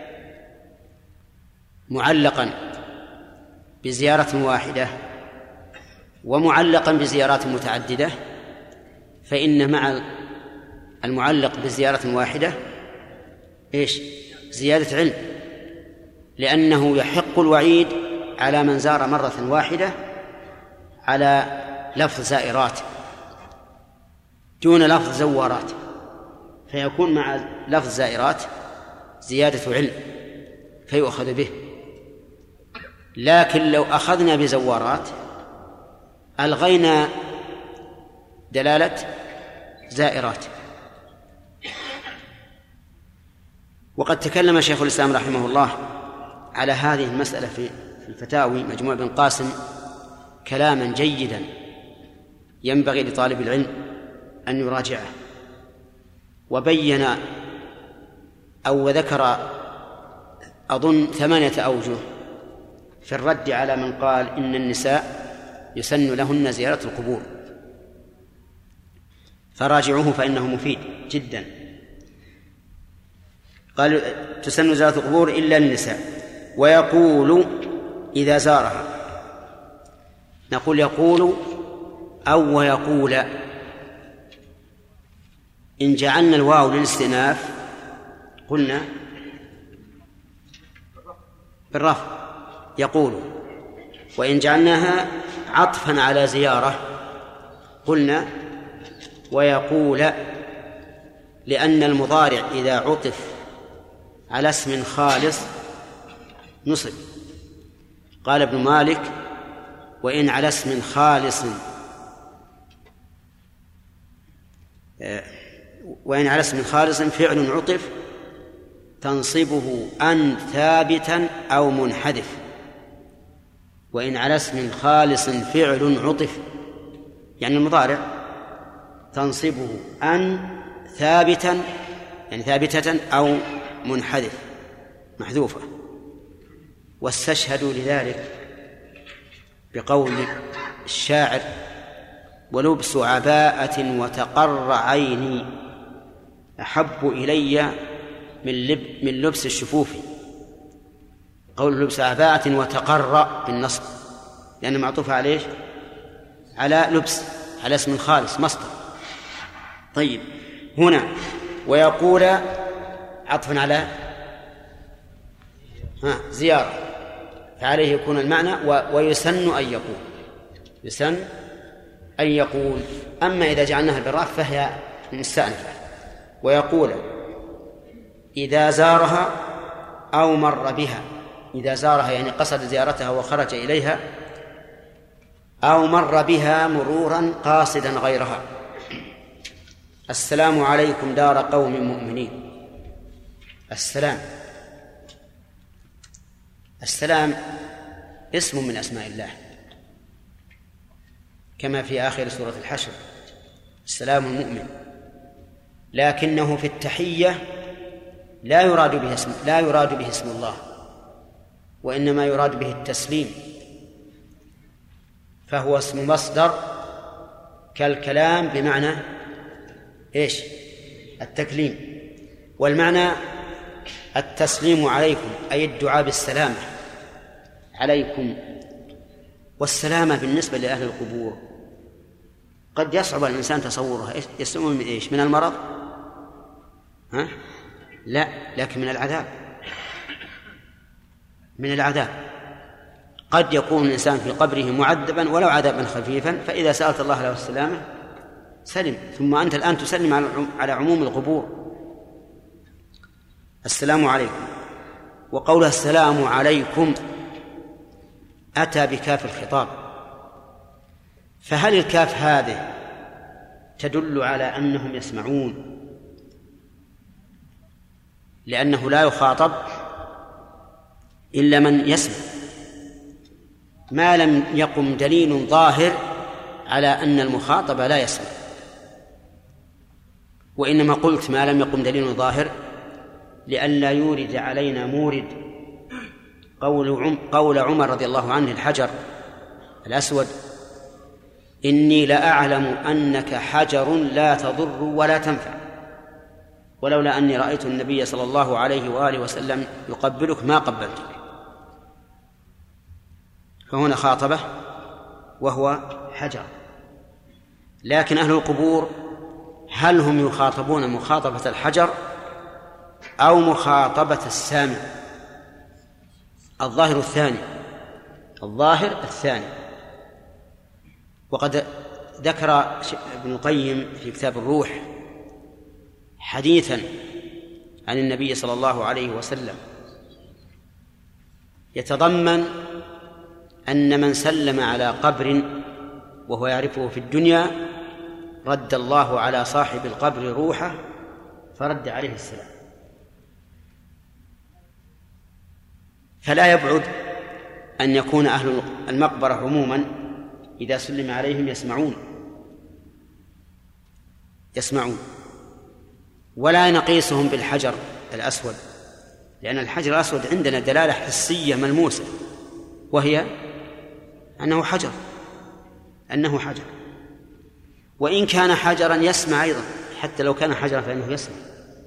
معلقا بزيارة واحدة ومعلقا بزيارات متعددة فإن مع المعلق بزيارة واحدة إيش؟ زيادة علم، لأنه يحق الوعيد على من زار مرة واحدة على لفظ زائرات دون لفظ زوارات، فيكون مع لفظ زائرات زيادة علم فيؤخذ به. لكن لو أخذنا بزوارات ألغينا دلالة زائرات. وقد تكلم شيخ الإسلام رحمه الله على هذه المسألة في الفتاوي مجموع بن قاسم كلاما جيدا ينبغي لطالب العلم أن يراجعه، وبين أو ذكر أظن ثمانية أوجه في الرد على من قال إن النساء يسن لهن زيارة القبور، فراجعوه فإنه مفيد جدا. قال تسن زيارة القبور إلا للنساء، ويقول إذا زارها، نقول يقول أو ويقول، إن جعلنا الواو للاستئناف قلنا بالرفع يقول، وإن جعلناها عطفا على زيارة قلنا ويقول، لأن المضارع إذا عطف على اسم خالص نصب. قال ابن مالك وإن على اسم خالص وإن على اسم خالص فعل عطف تنصبه أن ثابتا أو منحذف. وإن على اسم خالص فعل عطف يعني المضارع تنصبه أن ثابتا يعني ثابتة أو منحذف محذوفة. واستشهدوا لذلك بقول الشاعر ولبس عباءة وتقر عيني أحب إلي من, لب من لبس الشفوف. قول لبس عباءة وتقر بالنصب لأنه معطوف عليه على لبس على اسم خالص مصدر. طيب هنا ويقول عطفا على ها زيارة فعليه يكون المعنى ويسن أن يقول يسن أن يقول. أما إذا جعلناها بالرفع فهي مستأنفة. ويقول إذا زارها أو مر بها، إذا زارها يعني قصد زيارتها وخرج إليها، أو مر بها مرورا قاصدا غيرها. السلام عليكم دار قوم مؤمنين. السلام السلام اسم من أسماء الله كما في آخر سورة الحشر السلام المؤمن، لكنه في التحية لا يراد به اسم لا يراد به اسم الله، وإنما يراد به التسليم، فهو اسم مصدر كالكلام بمعنى إيش؟ التكليم، والمعنى التسليم عليكم أي الدعاء بالسلامة عليكم. والسلامة بالنسبة لأهل القبور قد يصعب الإنسان تصورها. يسلمون من إيش؟ من المرض؟ ها؟ لا، لكن من العذاب. من العذاب قد يكون الإنسان في قبره معذبا ولو عذابا خفيفا، فإذا سألت الله له السلامة سلم. ثم أنت الآن تسلم على عموم القبور. السلام عليكم، وقولها السلام عليكم أتى بكاف الخطاب، فهل الكاف هذه تدل على أنهم يسمعون لأنه لا يخاطب إلا من يسمع، ما لم يقم دليل ظاهر على أن المخاطب لا يسمع. وإنما قلت ما لم يقم دليل ظاهر لئلا يورد علينا مورد قول قول عمر رضي الله عنه الحجر الأسود: إني لأعلم أنك حجر لا تضر ولا تنفع، ولولا أني رأيت النبي صلى الله عليه وآله وسلم يقبلك ما قبلتك. فهنا خاطبه وهو حجر. لكن أهل القبور هل هم يخاطبون مخاطبة الحجر أو مخاطبة السامع؟ الظاهر الثاني، الظاهر الثاني. وقد ذكر ابن القيم في كتاب الروح حديثا عن النبي صلى الله عليه وسلم يتضمن أن من سلم على قبر وهو يعرفه في الدنيا رد الله على صاحب القبر روحه فرد عليه السلام. فلا يبعد أن يكون أهل المقبرة عموما إذا سلم عليهم يسمعون يسمعون ولا نقيسهم بالحجر الأسود، لأن الحجر الأسود عندنا دلالة حسية ملموسة، وهي أنه حجر أنه حجر وإن كان حجرا يسمع أيضا، حتى لو كان حجرا فإنه يسمع.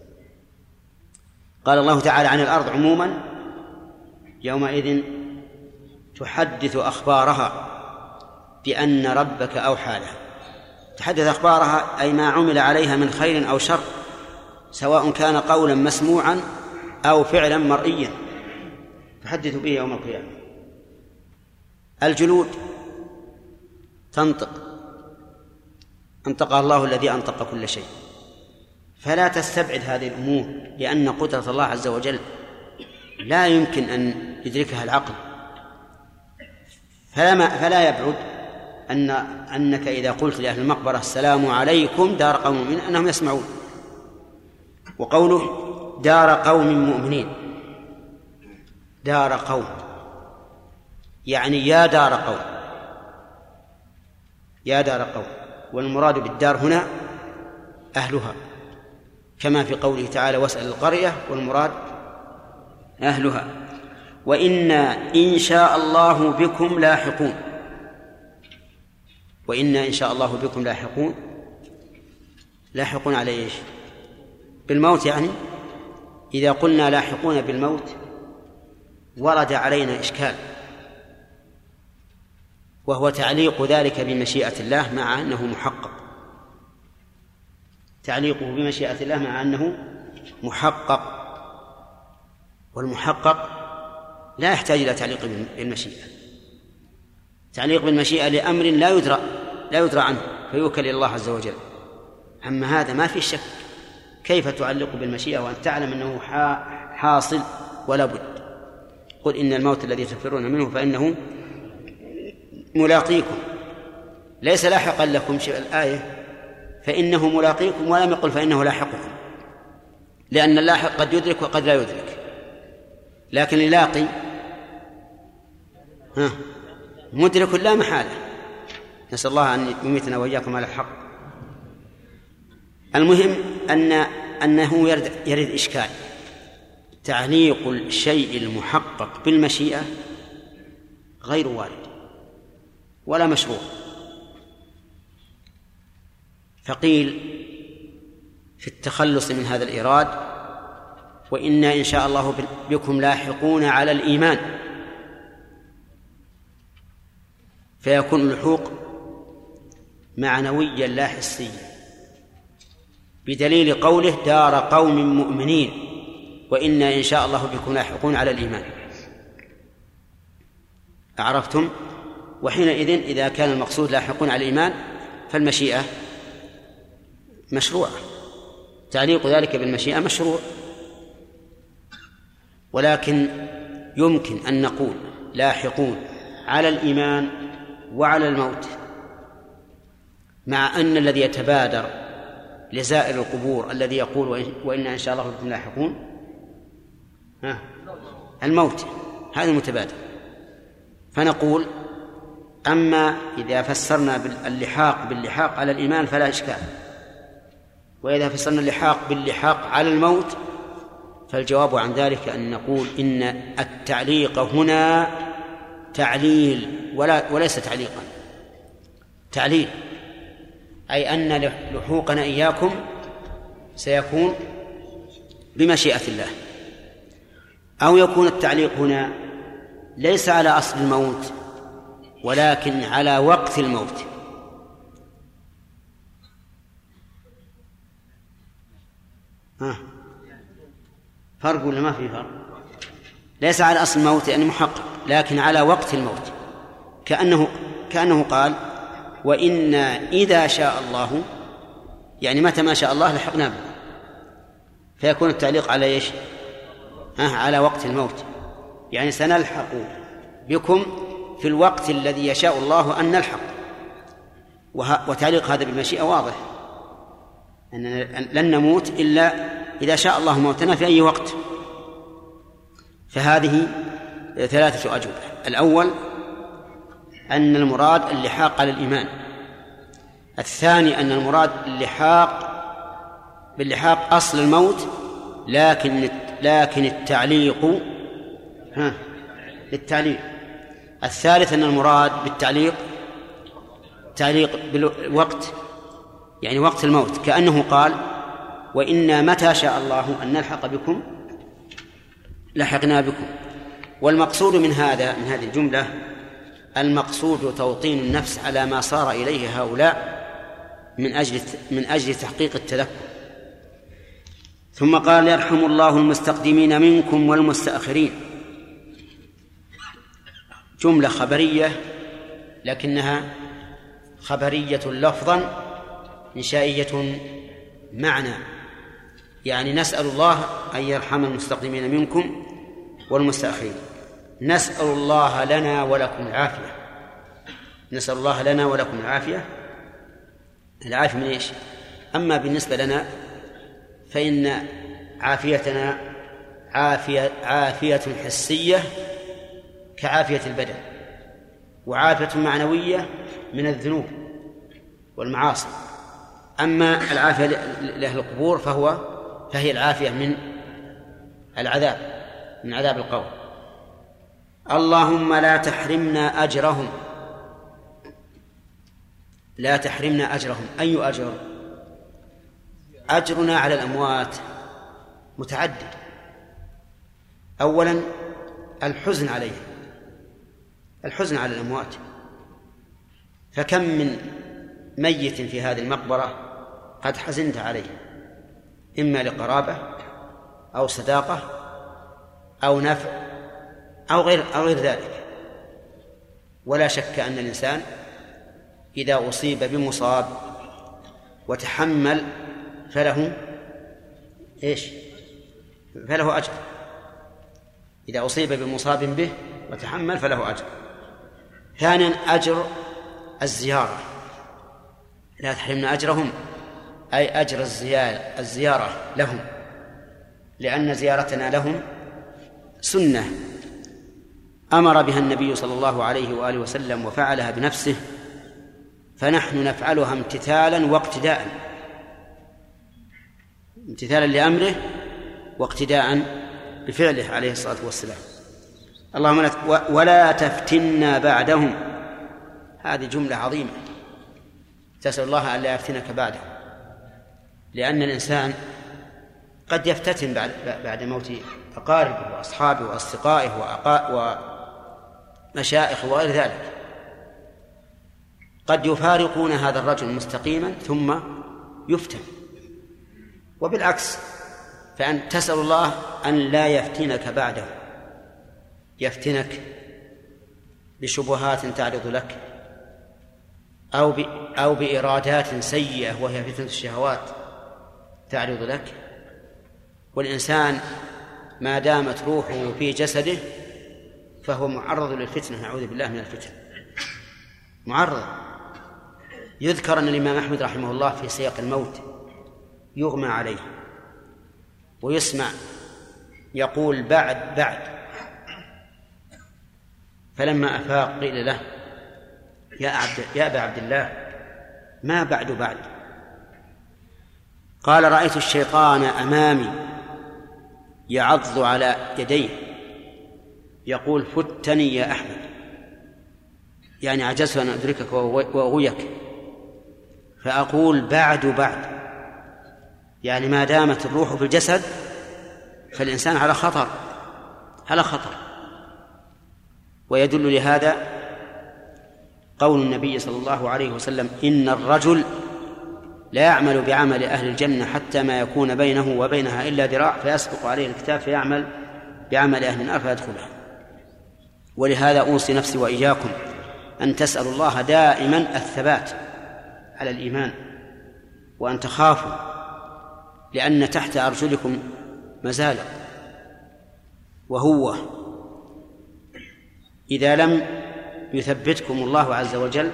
قال الله تعالى عن الأرض عموما: يومئذ تحدث أخبارها بأن ربك أوحى لها. تحدث أخبارها أي ما عمل عليها من خير أو شر، سواء كان قولا مسموعا أو فعلا مرئيا، تحدث به يوم القيامة. الجلود تنطق، أنطقها الله الذي أنطق كل شيء. فلا تستبعد هذه الأمور، لأن قدرة الله عز وجل لا يمكن أن يدركها العقل. فلا, فلا يبعد أن أنك إذا قلت لأهل المقبرة السلام عليكم دار قوم مؤمنين أنهم يسمعون. وقوله دار قوم مؤمنين، دار قوم يعني يا دار قوم، يا دار قوم، والمراد بالدار هنا أهلها، كما في قوله تعالى واسأل القرية، والمراد أهلها. وإنا إن شاء الله بكم لاحقون، وإنا إن شاء الله بكم لاحقون، لاحقون على إيش؟ بالموت. يعني إذا قلنا لاحقون بالموت ورد علينا إشكال، وهو تعليق ذلك بمشيئة الله مع أنه محقق، تعليقه بمشيئة الله مع أنه محقق، والمحقق لا يحتاج إلى تعليق بالمشيئة. تعليق بالمشيئة لأمر لا يدرى لا يدرى عنه فيوكل إلى الله عز وجل. أما هذا ما في شك، كيف تعلق بالمشيئة وأن تعلم أنه حاصل ولا بد؟ قل إن الموت الذي تفرون منه فإنه ملاقيكم، ليس لاحقا لكم شيء الآية فإنه ملاقيكم، ولم يقل فإنه لاحقكم، لأن اللاحق قد يدرك وقد لا يدرك، لكن اللاقي ها مدرك لا محالة، نسأل الله أن يميتنا وإياكم على الحق. المهم أن أنه يرد, يرد إشكال. تعليق الشيء المحقق بالمشيئة غير وارد ولا مشروع. فقيل في التخلص من هذا الإيراد: وإنا إن شاء الله بكم لاحقون على الإيمان، فيكون اللحوق معنويا لا حسيا، بدليل قوله: دار قوم مؤمنين وإنا إن شاء الله بكم لاحقون على الإيمان. أعرفتم؟ وحينئذ إذا كان المقصود لاحقون على الإيمان فالمشيئة مشروع، تعليق ذلك بالمشيئة مشروع. ولكن يمكن أن نقول لاحقون على الإيمان وعلى الموت، مع أن الذي يتبادر لزائر القبور الذي يقول وإنا إن شاء الله بكم لاحقون ها الموت، هذا المتبادر. فنقول: أما إذا فسرنا اللحاق باللحاق على الإيمان فلا إشكال، وإذا فسرنا اللحاق باللحاق على الموت فالجواب عن ذلك أن نقول إن التعليق هنا تعليل ولا وليس تعليقا، تعليل، أي أن لحوقنا إياكم سيكون بمشيئة الله. أو يكون التعليق هنا ليس على أصل الموت ولكن على وقت الموت. ها فرق ولا ما في فرق؟ ليس على أصل الموت يعني محقق، لكن على وقت الموت، كأنه كأنه قال: وإنا إذا شاء الله، يعني متى ما شاء الله لحقنا به. فيكون التعليق على إيش؟ ها على وقت الموت، يعني سنلحق بكم في الوقت الذي يشاء الله أن نلحق. وتعليق هذا بالمشيئة واضح، أننا لن نموت إلا إذا شاء الله موتنا في أي وقت. فهذه ثلاثة أجوبة. الأول أن المراد اللحاق على الإيمان. الثاني أن المراد اللحاق باللحاق أصل الموت، لكن لكن التعليق ها للتعليق. الثالث أن المراد بالتعليق تعليق بالوقت، يعني وقت الموت، كأنه قال: وإنا متى شاء الله أن نلحق بكم لحقنا بكم. والمقصود من هذا من هذه الجملة المقصود توطين النفس على ما صار إليه هؤلاء من أجل من أجل تحقيق التذكر. ثم قال: يرحم الله المستقدمين منكم والمستأخرين. جملة خبرية لكنها خبرية لفظا إنشائية معنى، يعني نسأل الله أن يرحم المستقدمين منكم والمستأخرين. نسأل الله لنا ولكم العافية، نسأل الله لنا ولكم العافية. العافية من إيش؟ أما بالنسبة لنا فإن عافيتنا عافية عافية حسية كعافية البدن، وعافية معنوية من الذنوب والمعاصي. أما العافية لأهل القبور فهو فهي العافية من العذاب، من عذاب القبر. اللهم لا تحرمنا أجرهم، لا تحرمنا أجرهم. أي أجر؟ أجرنا على الأموات متعدد. أولا الحزن عليهم، الحزن على الأموات، فكم من ميت في هذه المقبرة قد حزنت عليه، إما لقرابة أو صداقة أو نفع أو غير أو غير ذلك. ولا شك أن الإنسان إذا أصيب بمصاب وتحمل فله إيش؟ فله أجر. إذا أصيب بمصاب به وتحمل فله أجر. ثانيا أجر الزيارة، لا تحرمنا أجرهم، أي أجر الزيارة لهم، لأن زيارتنا لهم سنة أمر بها النبي صلى الله عليه وآله وسلم وفعلها بنفسه فنحن نفعلها امتثالا واقتداء، امتثالا لأمره واقتداء بفعله عليه الصلاة والسلام. اللهم ولا تفتنا بعدهم، هذه جملة عظيمة، تسأل الله أن لا يفتنك بعده، لأن الإنسان قد يفتتن بعد, بعد موت أقاربه وأصحابه وأصدقائه ومشائخه وغير ذلك، قد يفارقون هذا الرجل مستقيما ثم يفتن، وبالعكس، فأن تسأل الله أن لا يفتنك بعده، يفتنك بشبهات تعرض لك أو أو بإرادات سيئة وهي فتنة الشهوات تعرض لك. والإنسان ما دامت روحه في جسده فهو معرض للفتنة، نعوذ بالله من الفتن، معرض. يذكر أن الإمام أحمد رحمه الله في سياق الموت يغمى عليه ويسمع يقول بعد بعد، فلما أفاق قيل له يا عبد يا أبا عبد الله ما بعد بعد؟ قال رأيت الشيطان أمامي يعض على يديه يقول فتني يا أحمد، يعني عجزت أن أدركك وأغويك، فأقول بعد بعد، يعني ما دامت الروح في الجسد فالإنسان على خطر على خطر. ويدل لهذا قول النبي صلى الله عليه وسلم إن الرجل لا يعمل بعمل أهل الجنة حتى ما يكون بينه وبينها إلا ذراع فيسبق عليه الكتاب فيعمل بعمل أهل النار فيدخلها. ولهذا أوصي نفسي وإياكم أن تسألوا الله دائما الثبات على الإيمان، وأن تخافوا، لأن تحت أرجلكم مزالق، وهو إذا لم يثبتكم الله عز وجل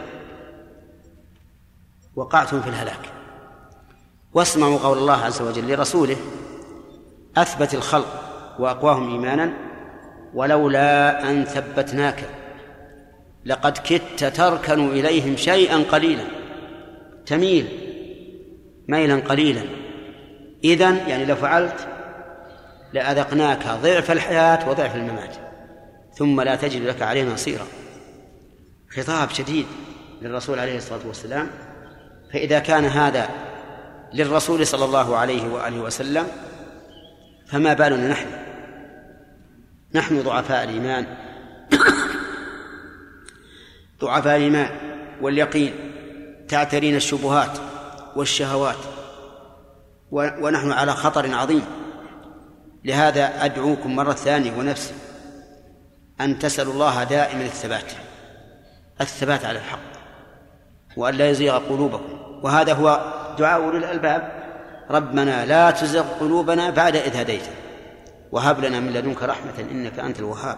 وقعتم في الهلاك. واسمعوا قول الله عز وجل لرسوله أثبت الخلق وأقواهم إيمانا ولولا أن ثبتناك لقد كدت تركن إليهم شيئا قليلا، تميل ميلا قليلا، إذن يعني لو فعلت لأذقناك ضعف الحياة وضعف الممات ثم لا تجد لك علينا نصيرا. خطاب شديد للرسول عليه الصلاة والسلام. فإذا كان هذا للرسول صلى الله عليه وآله وسلم فما بالنا نحن نحن ضعفاء الإيمان ضعفاء الإيمان واليقين، تعترين الشبهات والشهوات، ونحن على خطر عظيم. لهذا أدعوكم مرة ثانية ونفسي أن تسألوا الله دائما الثبات الثبات على الحق، وأن لا يزيغ قلوبكم. وهذا هو دعاء أولي الألباب: ربنا لا تزغ قلوبنا بعد إذ هديتنا وهب لنا من لدنك رحمة إنك أنت الوهاب.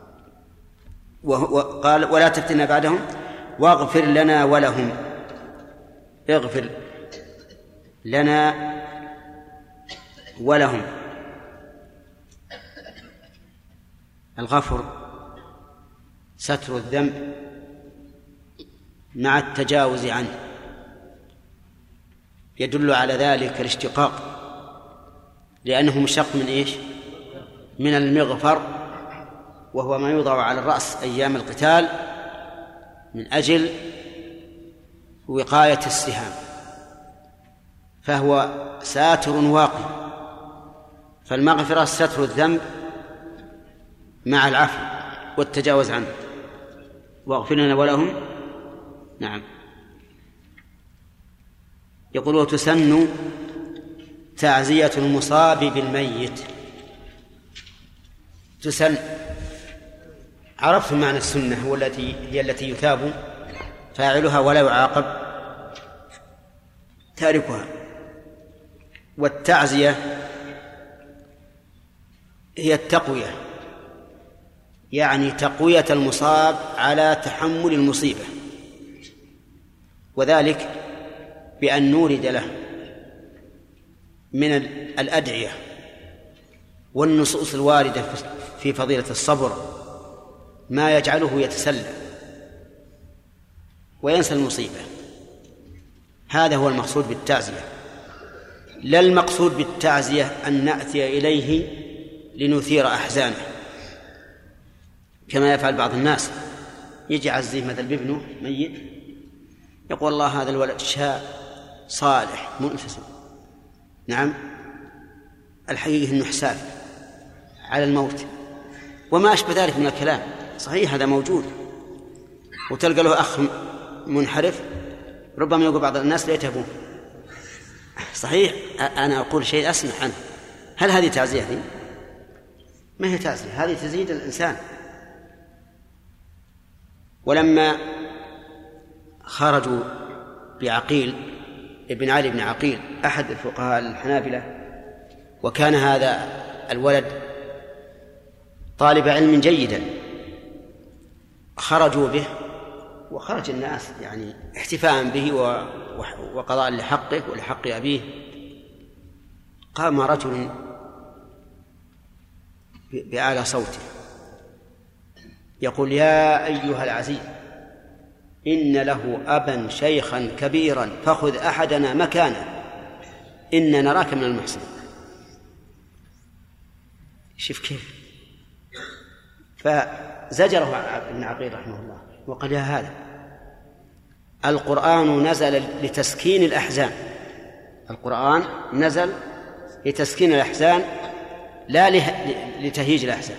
وقال ولا تفتنا بعدهم واغفر لنا ولهم. اغفر لنا ولهم. الغفر ستر الذنب مع التجاوز عنه، يدل على ذلك الاشتقاق، لأنه مشتق من إيش؟ من المغفر، وهو ما يوضع على الرأس أيام القتال من أجل وقاية السهام، فهو ساتر واقي. فالمغفرة ستر الذنب مع العفو والتجاوز عنه. واغفر لنا ولهم. نعم. يقول وتسن تعزية المصاب بالميت. تسن، عرفتم معنى السنة، هو التي هي التي يثاب فاعلها ولا يعاقب تاركها. والتعزية هي التقوية، يعني تقوية المصاب على تحمل المصيبة، وذلك بأن نورد له من الأدعية والنصوص الواردة في فضيلة الصبر ما يجعله يتسلى وينسى المصيبة. هذا هو المقصود بالتعزية، لا المقصود بالتعزية أن نأتي إليه لنثير أحزانه كما يفعل بعض الناس، يجي عزيه مثل بابنه ميت يقول الله هذا الولد شاء صالح منفسد، نعم الحقيقة أنه حساب على الموت وما أشبه ذلك من الكلام. صحيح هذا موجود، وتلقى له أخ منحرف ربما يقول بعض الناس ليته أبوه. صحيح أنا أقول شيء أسمح عنه، هل هذه تعزية؟ دي ما هي تعزية، هذه تزيد الإنسان. ولما خرجوا بعقيل ابن علي بن عقيل أحد الفقهاء الحنابلة، وكان هذا الولد طالب علم جيدا، خرجوا به وخرج الناس يعني احتفاء به وقضاء لحقه ولحق أبيه. قام رجل بأعلى صوته يقول يا أيها العزيز إن له أبا شيخا كبيرا فخذ أحدنا مكانه إن نراك من المحسنين. شوف كيف، فزجره ابن عقيل رحمه الله وقال يا هذا القرآن نزل لتسكين الأحزان، القرآن نزل لتسكين الأحزان لا لتهيج الأحزان،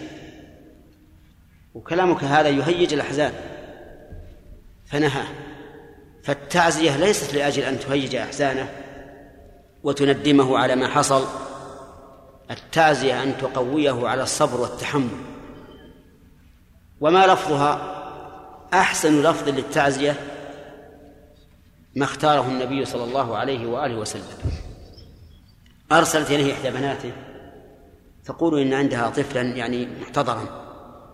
وكلامك هذا يهيج الأحزان فنهاه. فالتعزية ليست لأجل أن تهيج أحزانه وتندمه على ما حصل، التعزية أن تقويه على الصبر والتحمل. وما لفظها أحسن لفظ للتعزية ما اختاره النبي صلى الله عليه وآله وسلم. أرسلت إليه إحدى بناته تقول إن عندها طفلا يعني محتضرا،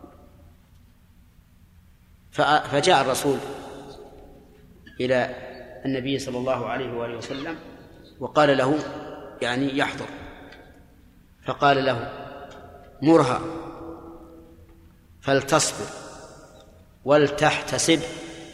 فجاء الرسول إلى النبي صلى الله عليه وآله وسلم وقال له يعني يحضر، فقال له مرها فلتصبر ولتحتسب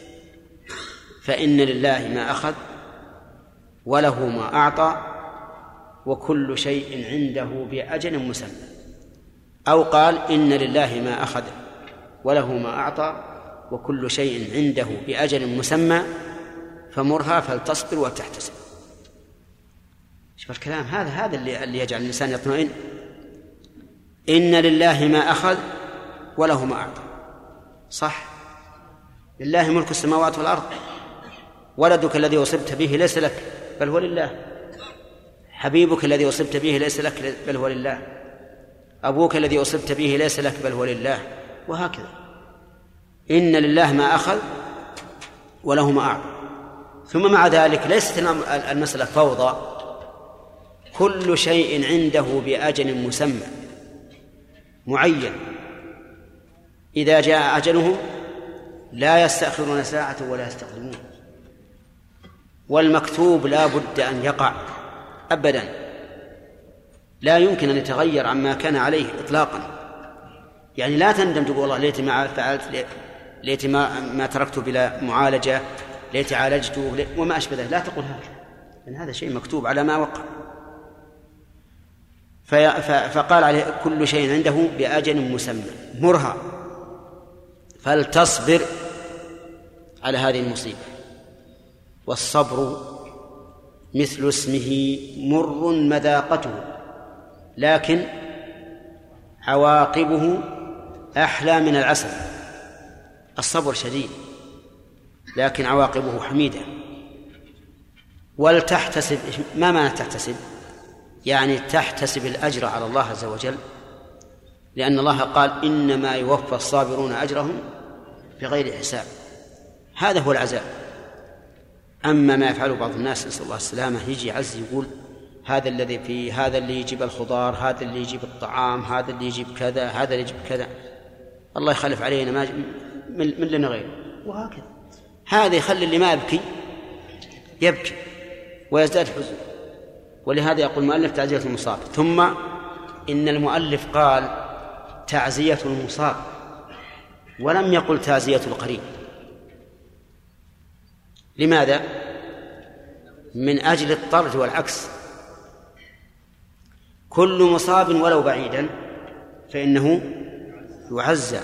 فإن لله ما أخذ وله ما أعطى وكل شيء عنده بأجل مسمى، أو قال إن لله ما أخذ وله ما أعطى وكل شيء عنده بأجل مسمى فمرها فلتصبر وتحتسب. شوف الكلام هذا هذا اللي, اللي يجعل الإنسان يطمئن. إن لله ما أخذ وله ما أعطى، صح، لله ملك السماوات والأرض، ولدك الذي أصبت به ليس لك بل هو لله، حبيبك الذي أصبت به ليس لك بل هو لله، أبوك الذي أصبت به ليس لك بل هو لله، وهكذا. إن لله ما أخذ وله ما أعطى. ثم مع ذلك ليست المسألة فوضى، كل شيء عنده بأجل مسمى معين، إذا جاء أجلهم لا يستأخرون ساعة ولا يستقدمون، والمكتوب لا بد أن يقع أبدا، لا يمكن أن يتغير عما كان عليه إطلاقا. يعني لا تندم تقول والله ليت ما فعلت، ليت ما, ما تركته بلا معالجة، ليت عالجته وما أشبه ذلك، لا تقول هذا، لأن هذا شيء مكتوب على ما وقع. فقال عليه كل شيء عنده بأجل مسمى مرها فلتصبر على هذه المصيبة. والصبر مثل اسمه مر مذاقته لكن عواقبه أحلى من العسل. الصبر شديد لكن عواقبه حميدة. ولتحتسب، ما معنى تحتسب؟ يعني تحتسب الأجر على الله عز وجل، لأن الله قال إنما يوفى الصابرون أجرهم بغير حساب. هذا هو العزاء. أما ما يفعله بعض الناس نسأل الله السلامة، يجي عز يقول هذا الذي في هذا اللي يجيب الخضار، هذا اللي يجيب الطعام، هذا اللي يجيب كذا، هذا اللي يجيب كذا، الله يخلف علينا ما من لنا غيره، وهكذا. هذا يخلي اللي ما يبكي يبكي ويزداد حزن. ولهذا يقول المؤلف تعزية المصاب. ثم إن المؤلف قال تعزية المصاب ولم يقل تعزية القريب. لماذا؟ من أجل الطرد والعكس. كل مصاب ولو بعيدا فإنه يعزى،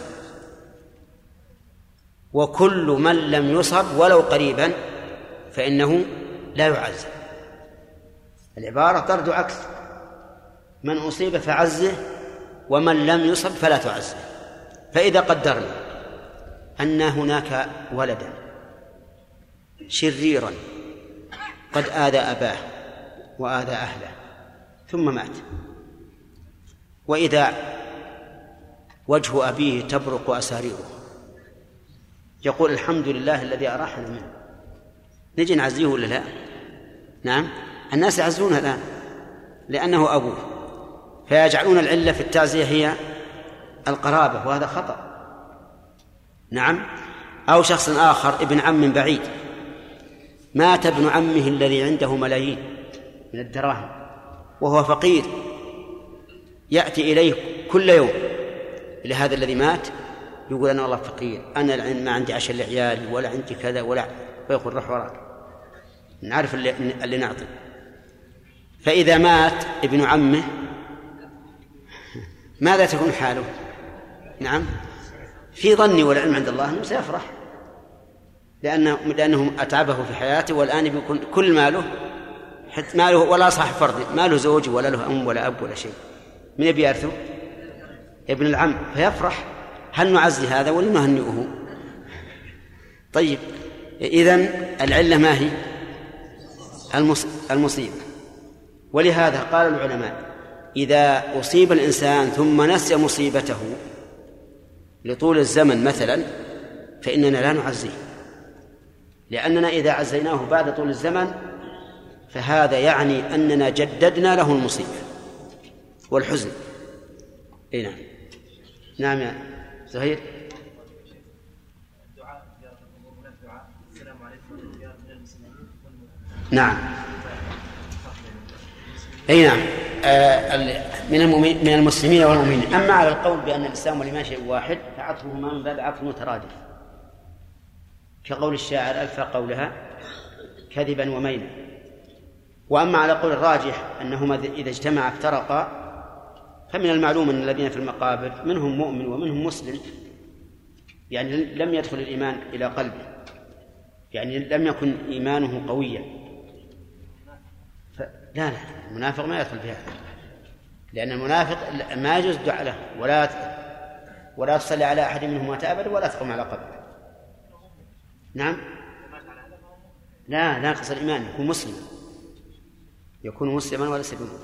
وكل من لم يصب ولو قريبا فإنه لا يعزى. العبارة طرد عكس، من أصيب فعزه ومن لم يصب فلا تعزه. فإذا قدرنا أن هناك ولدا شريرا قد آذى أباه وآذى أهله ثم مات، وإذا وجه أبيه تبرق أساريره يقول الحمد لله الذي أراحنا منه، نجي نعزيه ولا لا؟ نعم، الناس يعزونه الآن لأنه أبوه، فيجعلون العلة في التعزية هي القرابة، وهذا خطأ. نعم. أو شخص آخر ابن عم بعيد، مات ابن عمه الذي عنده ملايين من الدراهم وهو فقير، يأتي إليه كل يوم لهذا الذي مات يقول أنا والله فقير، أنا ما عندي عشر لعيالي ولا عندي كذا ولا، ويقول روح وراك نعرف اللي, اللي نعطي. فإذا مات ابن عمه ماذا تكون حاله؟ نعم، في ظني والعلم عند الله أنه سيفرح، لأنه, لأنه أتعبه في حياته، والآن بيكون كل ماله ماله ولا صاحب فرض، ما له زوج ولا له أم ولا أب ولا شيء، من يبي يرثه؟ ابن العم، فيفرح. هل نعزي هذا ولا نهنئه؟ طيب، إذن العلة ما هي؟ المصيبة. ولهذا قال العلماء إذا أصيب الإنسان ثم نسي مصيبته لطول الزمن مثلا فإننا لا نعزيه، لأننا إذا عزيناه بعد طول الزمن فهذا يعني أننا جددنا له المصيبة والحزن. إيه نعم. نعم يا زهير. نعم. أي نعم. آه من من المسلمين والمؤمنين. أما على القول بأن الإسلام والإيمان شيء واحد فعطفهما من باب عطف مترادف، كقول الشاعر ألف قولها كذبا ومينا. وأما على قول الراجح أنهما إذا اجتمعا افترقا، فمن المعلوم أن الذين في المقابر منهم مؤمن ومنهم مسلم، يعني لم يدخل الإيمان إلى قلبه، يعني لم يكن إيمانه قويا. ف... لا لا المنافق ما يدخل في هذا، لأن المنافق ما يجوز الدعاء له، ولا ولا تصلي على أحد منهم مات أبدا ولا تقوم على قبره. نعم. لا ناقص الإيمان، يكون مسلم، يكون مسلما وليس بمؤمن.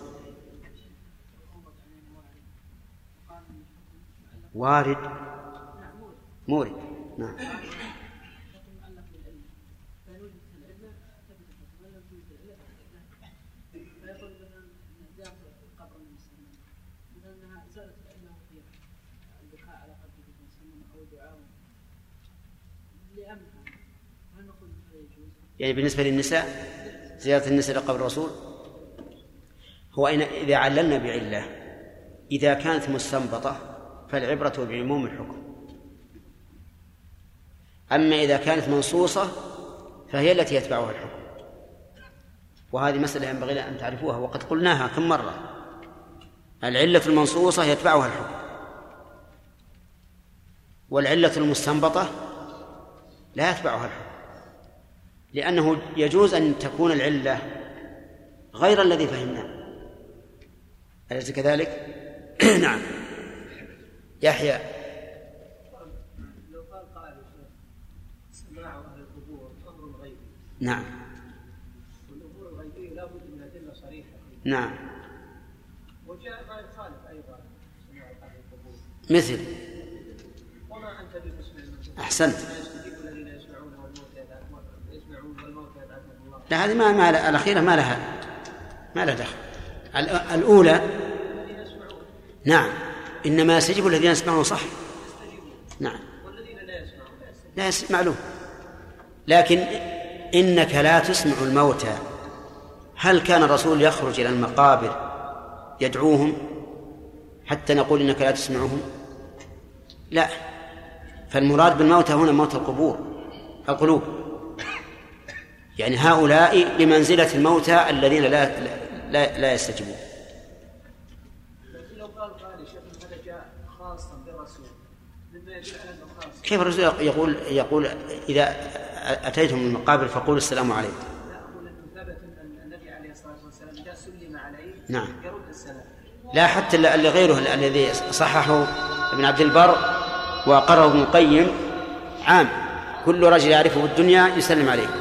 وارد مورد. نعم. يعني بالنسبة للنساء زيارة النساء لقبر الرسول، هو إذا عللنا بعلة إذا كانت مستنبطة فالعبرة بعموم الحكم، أما إذا كانت منصوصة فهي التي يتبعها الحكم. وهذه مسألة ينبغي أن تعرفوها، وقد قلناها كم مرة، العلة المنصوصة يتبعها الحكم، والعلة المستنبطة لا يتبعها الحكم، لأنه يجوز أن تكون العلة غير الذي فهمناه. أليس كذلك؟ نعم. يحيى. لو قال قائل سماع أهل القبور أمر غيبي. نعم. والأمور الغيبية لا بد من أدلة صريحة. نعم. وجاء ما يخالف أيضا سماع أهل القبور. مثل. وما أنت بمسمع. أحسنت. الذين يسمعون والموتى يسمعون والموتى يبعثهم الله. لا هذه ما ما الأخيرة ما لها ما لها دخل. الأولى نعم، إنما يستجيب الذين يسمعون صح. نعم. والذين لا يسمعون لا يسمع معلوم، لكن إنك لا تسمع الموتى. هل كان الرسول يخرج إلى المقابر يدعوهم حتى نقول إنك لا تسمعهم؟ لا. فالمراد بالموتى هنا موت القبور القلوب، يعني هؤلاء بمنزلة الموتى الذين لا لا, لا يستجيبون. لو قال قال شيخ هذا جاء خاصا بالرسول مما يدل على انه خاص. كيف الرسول يقول يقول إذا أتيتم من المقابر فقولوا السلام عليكم؟ لا أقول أنه ثبت أن النبي عليه الصلاة والسلام إذا سلم عليه نعم يرد السلام. لا حتى اللي غيره الذي صححه ابن عبد البر وقرره ابن القيم عام كل رجل يعرفه في الدنيا يسلم عليه.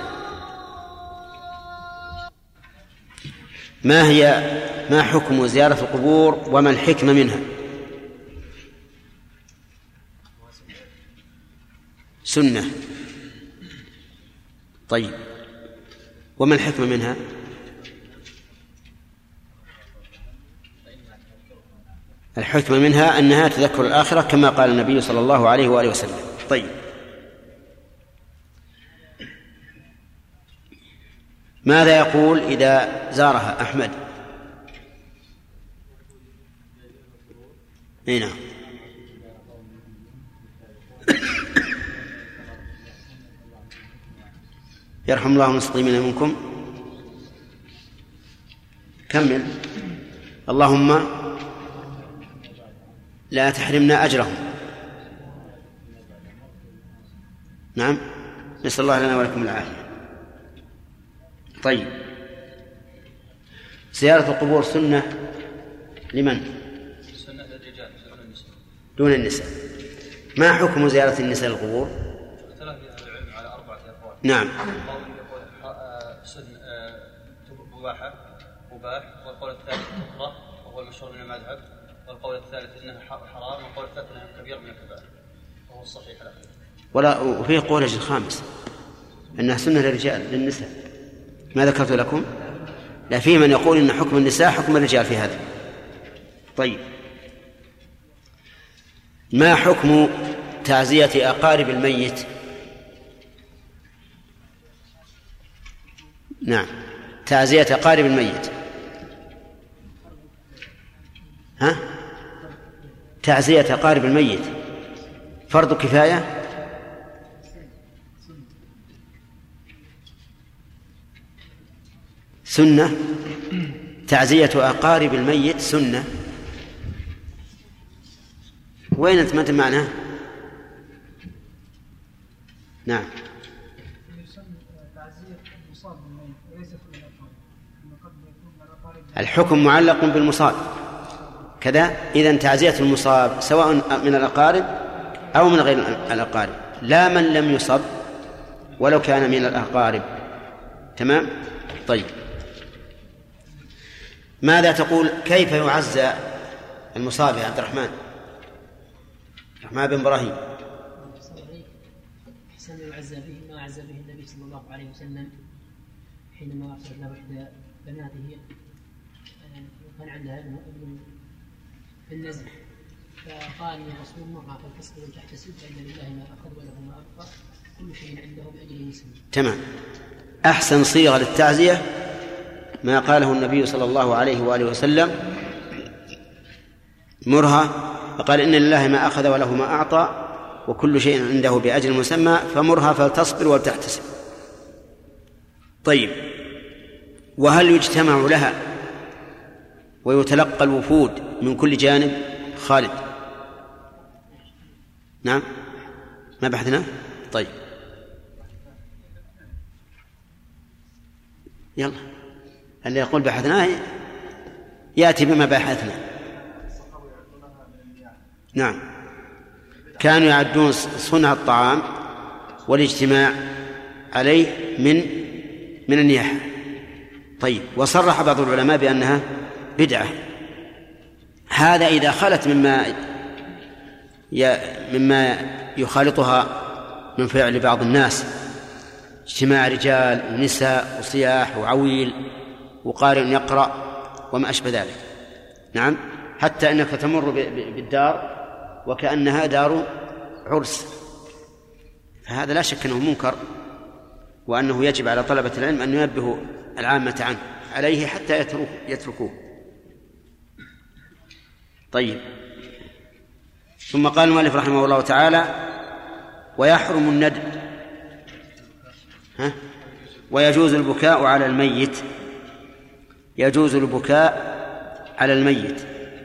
ما هي ما حكم زيارة القبور وما الحكمة منها؟ سنة. طيب وما الحكمة منها؟ الحكمة منها أنها تذكر الآخرة كما قال النبي صلى الله عليه وآله وسلم. طيب ماذا يقول إذا زارها أحمد؟ هنا يرحم الله المستقيمين منكم. كمل. اللهم لا تحرمنا أجرهم. نعم نسأل الله لنا ولكم العافية. طيب زيارة القبور سنة لمن؟ سنة للرجال دون النساء. ما حكم زيارة النساء للقبور؟ اختلف العلم على أربعة أقوال. نعم. قول يقول سن مباحة مباح، والقول الثالث تكره وهو المشهور من المذهب، والقول الثالث انها حرام، والقول الثالث انها كبير من الكبائر وهو الصحيح الأخير. ولا وفيه قول الخامس انها سنة للرجال للنساء. ما ذكرت لكم؟ لا فيه من يقول ان حكم النساء حكم الرجال في هذا. طيب ما حكم تعزية أقارب الميت؟ نعم تعزية أقارب الميت. ها؟ تعزية أقارب الميت فرض كفاية؟ سنة. تعزية أقارب الميت سنة. وين أنت ما أنت معنا؟ نعم الحكم معلق بالمصاب كذا. إذن تعزية المصاب سواء من الأقارب أو من غير الأقارب، لا من لم يصب ولو كان من الأقارب. تمام. طيب ماذا تقول كيف يعزى المصاب يا عبد الرحمن؟ الرحمن بن إبراهيم. أحسن يعزى به ما عزى به النبي صلى الله عليه وسلم حينما أرسل له إحدى بناته وكان عندها ابن في النزل، فقال يا رسول مرة فالكسر وتحتسب فإن لله ما أخذ وله ما أبقى كل شيء عنده بأجله مسلم. تمام. أحسن صيغة للتعزية ما قاله النبي صلى الله عليه وآله وسلم مرها فقال إن لله ما أخذ وله ما أعطى وكل شيء عنده بأجل مسمى فمرها فلتصبر ولتحتسب. طيب وهل يجتمع لها ويتلقى الوفود من كل جانب؟ خالد. نعم ما بحثنا. طيب يلا اللي يقول بحثنا يأتي بما بحثنا. نعم كانوا يعدون صنع الطعام والاجتماع عليه من من النياحة. طيب وصرح بعض العلماء بأنها بدعة. هذا إذا خلت مما مما يخالطها من فعل بعض الناس، اجتماع رجال ونساء وصياح وعويل وقارئ يقرأ وما أشبه ذلك. نعم حتى أنك تمر بالدار وكأنها دار عرس، فهذا لا شك أنه منكر وأنه يجب على طلبة العلم أن ينبهوا العامة عنه عليه حتى يتركوه. طيب ثم قال المؤلف رحمه الله تعالى ويحرم الندب. ها؟ ويجوز البكاء على الميت يجوز البكاء على الميت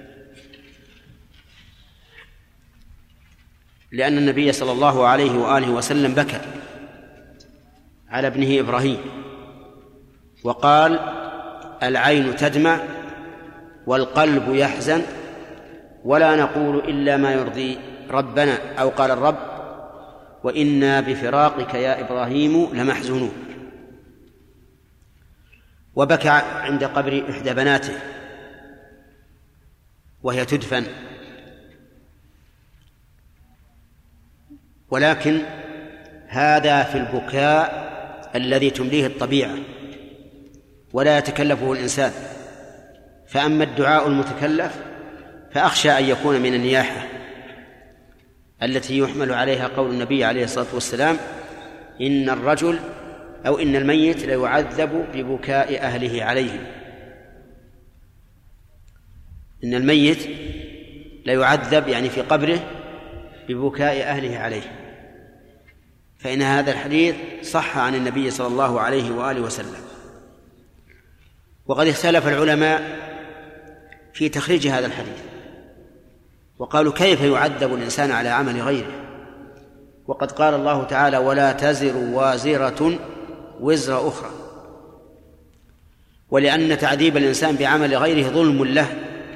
لأن النبي صلى الله عليه وآله وسلم بكى على ابنه إبراهيم وقال العين تدمع والقلب يحزن ولا نقول إلا ما يرضي ربنا، أو قال الرب وإنا بفراقك يا إبراهيم لمحزونون. وبكى عند قبر إحدى بناته وهي تدفن، ولكن هذا في البكاء الذي تمليه الطبيعة ولا يتكلفه الإنسان. فأما الدعاء المتكلف فأخشى أن يكون من النياحة التي يحمل عليها قول النبي عليه الصلاة والسلام إن الرجل أو إن الميت ليعذب ببكاء أهله عليه. إن الميت ليعذب يعني في قبره ببكاء أهله عليه، فإن هذا الحديث صح عن النبي صلى الله عليه وآله وسلم. وقد اختلف العلماء في تخريج هذا الحديث وقالوا كيف يعذب الإنسان على عمل غيره وقد قال الله تعالى ولا تزر وازرة وزر أخرى، ولأن تعذيب الإنسان بعمل غيره ظلم له،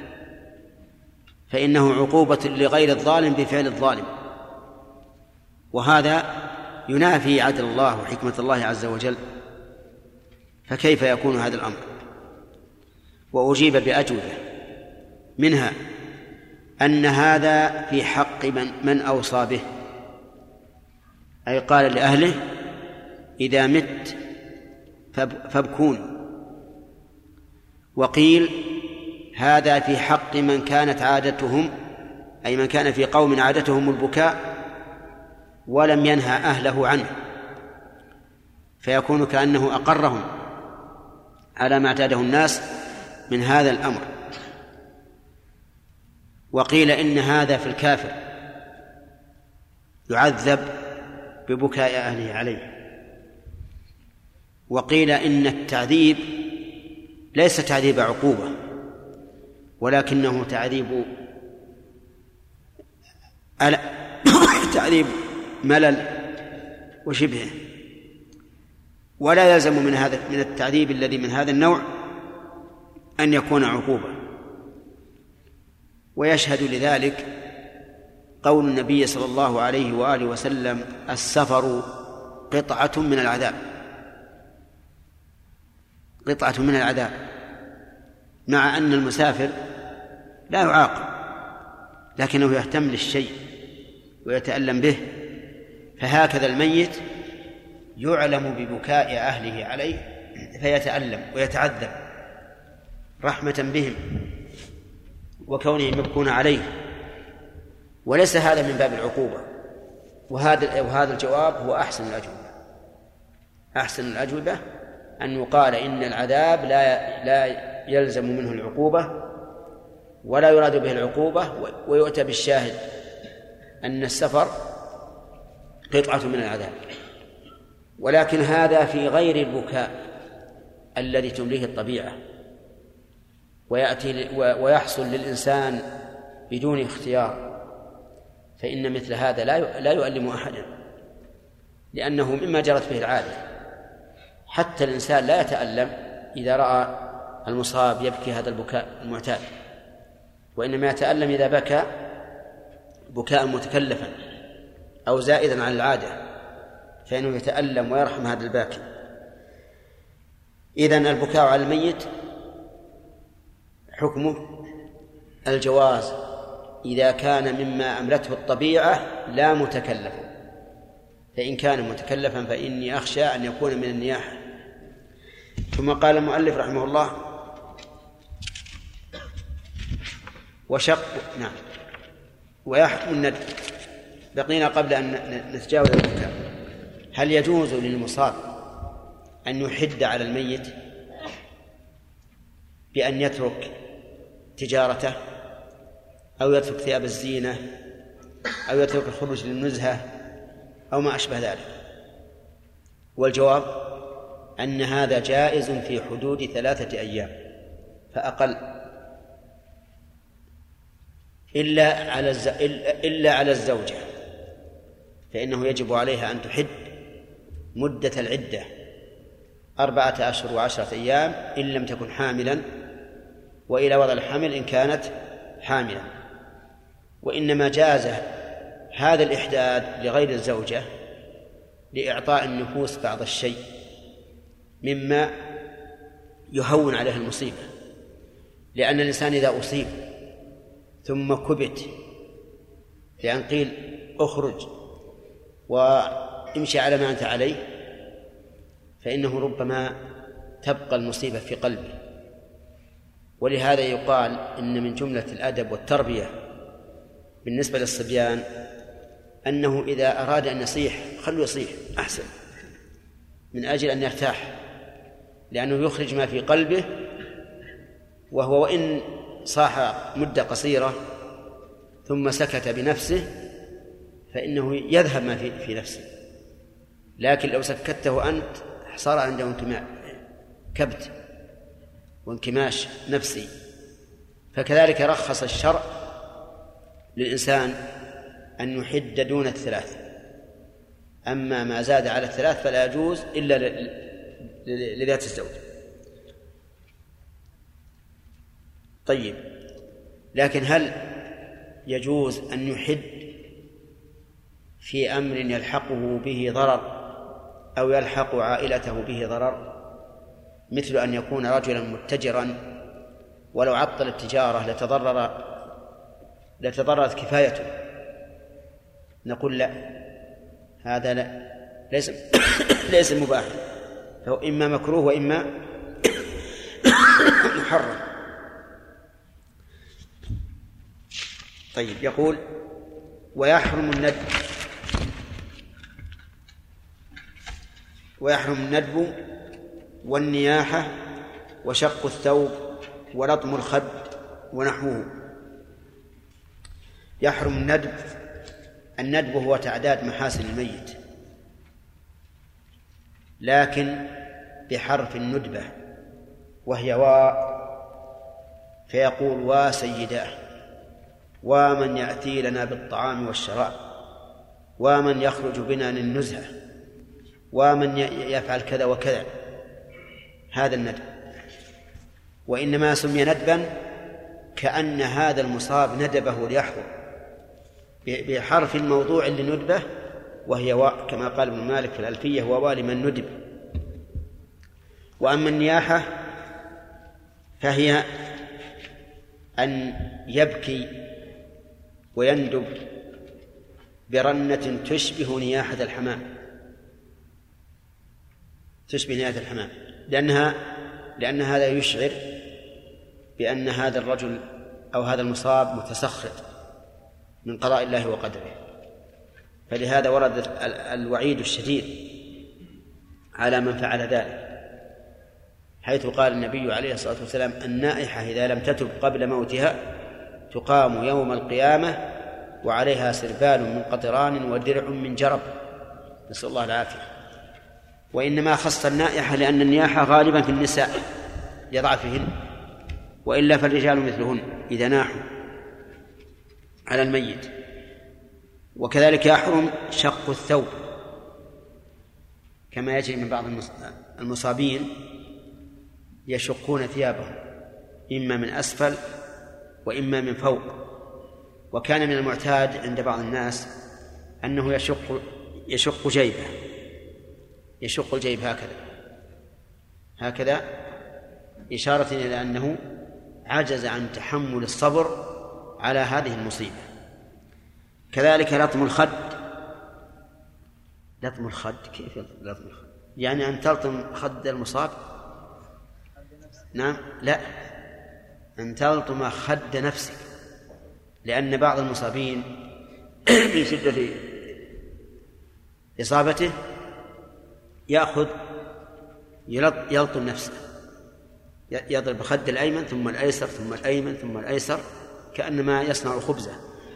فإنه عقوبة لغير الظالم بفعل الظالم، وهذا ينافي عدل الله وحكمة الله عز وجل، فكيف يكون هذا الأمر؟ وأجيب بأجوبة، منها أن هذا في حق من, من أوصى به، أي قال لأهله إذا مت فابكون. وقيل هذا في حق من كانت عادتهم، أي من كان في قوم عادتهم البكاء ولم ينهى أهله عنه، فيكون كأنه أقرهم على ما اعتاده الناس من هذا الأمر. وقيل إن هذا في الكافر يعذب ببكاء أهله عليه. وقيل إن التعذيب ليس تعذيب عقوبة ولكنه تعذيب ألا تعذيب ملل وشبهه، ولا يلزم من هذا من التعذيب الذي من هذا النوع أن يكون عقوبة. ويشهد لذلك قول النبي صلى الله عليه وآله وسلم السفر قطعة من العذاب، قطعة من العذاب، مع أن المسافر لا يعاقب لكنه يهتم للشيء ويتألم به. فهكذا الميت يعلم ببكاء أهله عليه فيتألم ويتعذب رحمة بهم وكونهم يبكون عليه، وليس هذا من باب العقوبة. وهذا وهذا الجواب هو أحسن الأجوبة. أحسن الأجوبة أن يقال إن العذاب لا لا يلزم منه العقوبة ولا يراد به العقوبة، ويؤتى بالشاهد أن السفر قطعة من العذاب. ولكن هذا في غير البكاء الذي تمليه الطبيعة ويأتي ويحصل للإنسان بدون اختيار، فإن مثل هذا لا لا يؤلم أحدا، لأنه مما جرت به العادة. حتى الإنسان لا يتألم إذا رأى المصاب يبكي هذا البكاء المعتاد، وإنما يتألم إذا بكى بكاء متكلفا أو زائدا عن العادة، فإنه يتألم ويرحم هذا الباكي. إذن البكاء على الميت حكمه الجواز إذا كان مما أملته الطبيعة لا متكلفا، فإن كان متكلفا فإني أخشى أن يكون من النياحة. ثم قال المؤلف رحمه الله وشق نعم ويحكم الندب. بقينا قبل أن نتجاوز البكاء، هل يجوز للمصاب أن يحد على الميت بأن يترك تجارته أو يترك ثياب الزينة أو يترك الخروج للنزهة أو ما أشبه ذلك؟ والجواب أن هذا جائز في حدود ثلاثة أيام فأقل، إلا على الز... إلا على الزوجة، فإنه يجب عليها أن تحد مدة العدة أربعة أشهر وعشرة أيام إن لم تكن حاملا، وإلى وضع الحمل إن كانت حاملا. وإنما جاز هذا الإحداد لغير الزوجة لإعطاء النفوس بعض الشيء مما يهون عليها المصيبة، لأن الإنسان إذا أصيب ثم كبت لأن قيل أخرج وامشي على ما أنت عليه، فإنه ربما تبقى المصيبة في قلبه. ولهذا يقال إن من جملة الأدب والتربية بالنسبة للصبيان أنه إذا أراد أن يصيح خلوا يصيح أحسن، من أجل أن يرتاح، لأنه يخرج ما في قلبه، وهو وإن صاح مدة قصيرة ثم سكت بنفسه فإنه يذهب ما في, في نفسه، لكن لو سكته أنت صار عنده انكماش كبت وانكماش نفسي. فكذلك رخص الشرع للإنسان أن يحد دون الثلاث، أما ما زاد على الثلاث فلا يجوز إلا لذات الزوج. طيب، لكن هل يجوز أن يحد في أمر يلحقه به ضرر أو يلحق عائلته به ضرر، مثل أن يكون رجلا متجرا ولو عطل التجارة لتضرر لتضررت كفايته؟ نقول لا، هذا لا، ليس ليس مباح، فهو إما مكروه وإما محرم. طيب، يقول ويحرم الندب ويحرم الندب والنياحة وشق الثوب ولطم الخد ونحوه. يحرم الندب. الندب هو تعداد محاسن الميت، لكن بحرف الندبة وهي وا، فيقول وا سيداه، ومن يأتي لنا بالطعام والشراب، ومن يخرج بنا للنزهة، ومن يفعل كذا وكذا. هذا الندب. وإنما سمي ندبا كأن هذا المصاب ندبه ليحضر بحرف الموضوع لندبه وهي واء، كما قال ابن مالك في الألفية: ووا لمن ندب. وأما النياحة فهي أن يبكي ويندب برنة تشبه نياحة الحمام، تشبه نياحة الحمام، لأنها لأن هذا يشعر بأن هذا الرجل أو هذا المصاب متسخط من قضاء الله وقدره. فلهذا ورد الوعيد الشديد على من فعل ذلك، حيث قال النبي عليه الصلاة والسلام: النائحة إذا لم تتب قبل موتها تقام يوم القيامة وعليها سربال من قطران ودرع من جرب، نسأل الله العافية. وإنما خص النائحة لأن النياحة غالبا في النساء لضعفهن، وإلا فالرجال مثلهن إذا ناحوا على الميت. وكذلك يحرم شق الثوب، كما يجري من بعض المصابين يشقون ثيابهم إما من أسفل وإما من فوق. وكان من المعتاد عند بعض الناس أنه يشق يشق جيبه يشق الجيب هكذا هكذا إشارة إلى أنه عجز عن تحمل الصبر على هذه المصيبة. كذلك لطم الخد. لطم الخد كيف لطم الخد؟ يعني أن تلطم خد المصاب؟ نعم، لا، أن تلطم خد نفسك، لأن بعض المصابين من شدة إصابته يأخذ يلطم نفسه، يضرب خد الأيمن ثم الأيسر ثم الأيمن ثم الأيسر كأنما يصنع خبزة.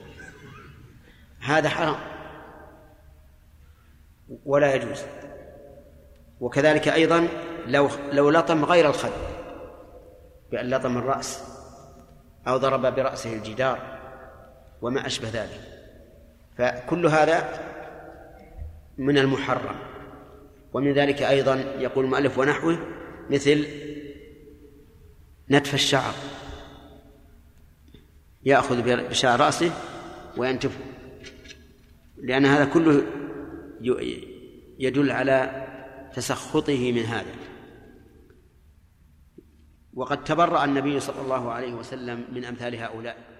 هذا حرام ولا يجوز. وكذلك أيضا لو لو لطم غير الخد بأن لطم الرأس أو ضرب برأسه الجدار وما أشبه ذلك، فكل هذا من المحرم. ومن ذلك أيضا يقول المؤلف ونحوه مثل نتف الشعر، يأخذ بشعر رأسه وينتفه، لأن هذا كله يدل على تسخطه من هذا. وقد تبرأ النبي صلى الله عليه وسلم من أمثال هؤلاء.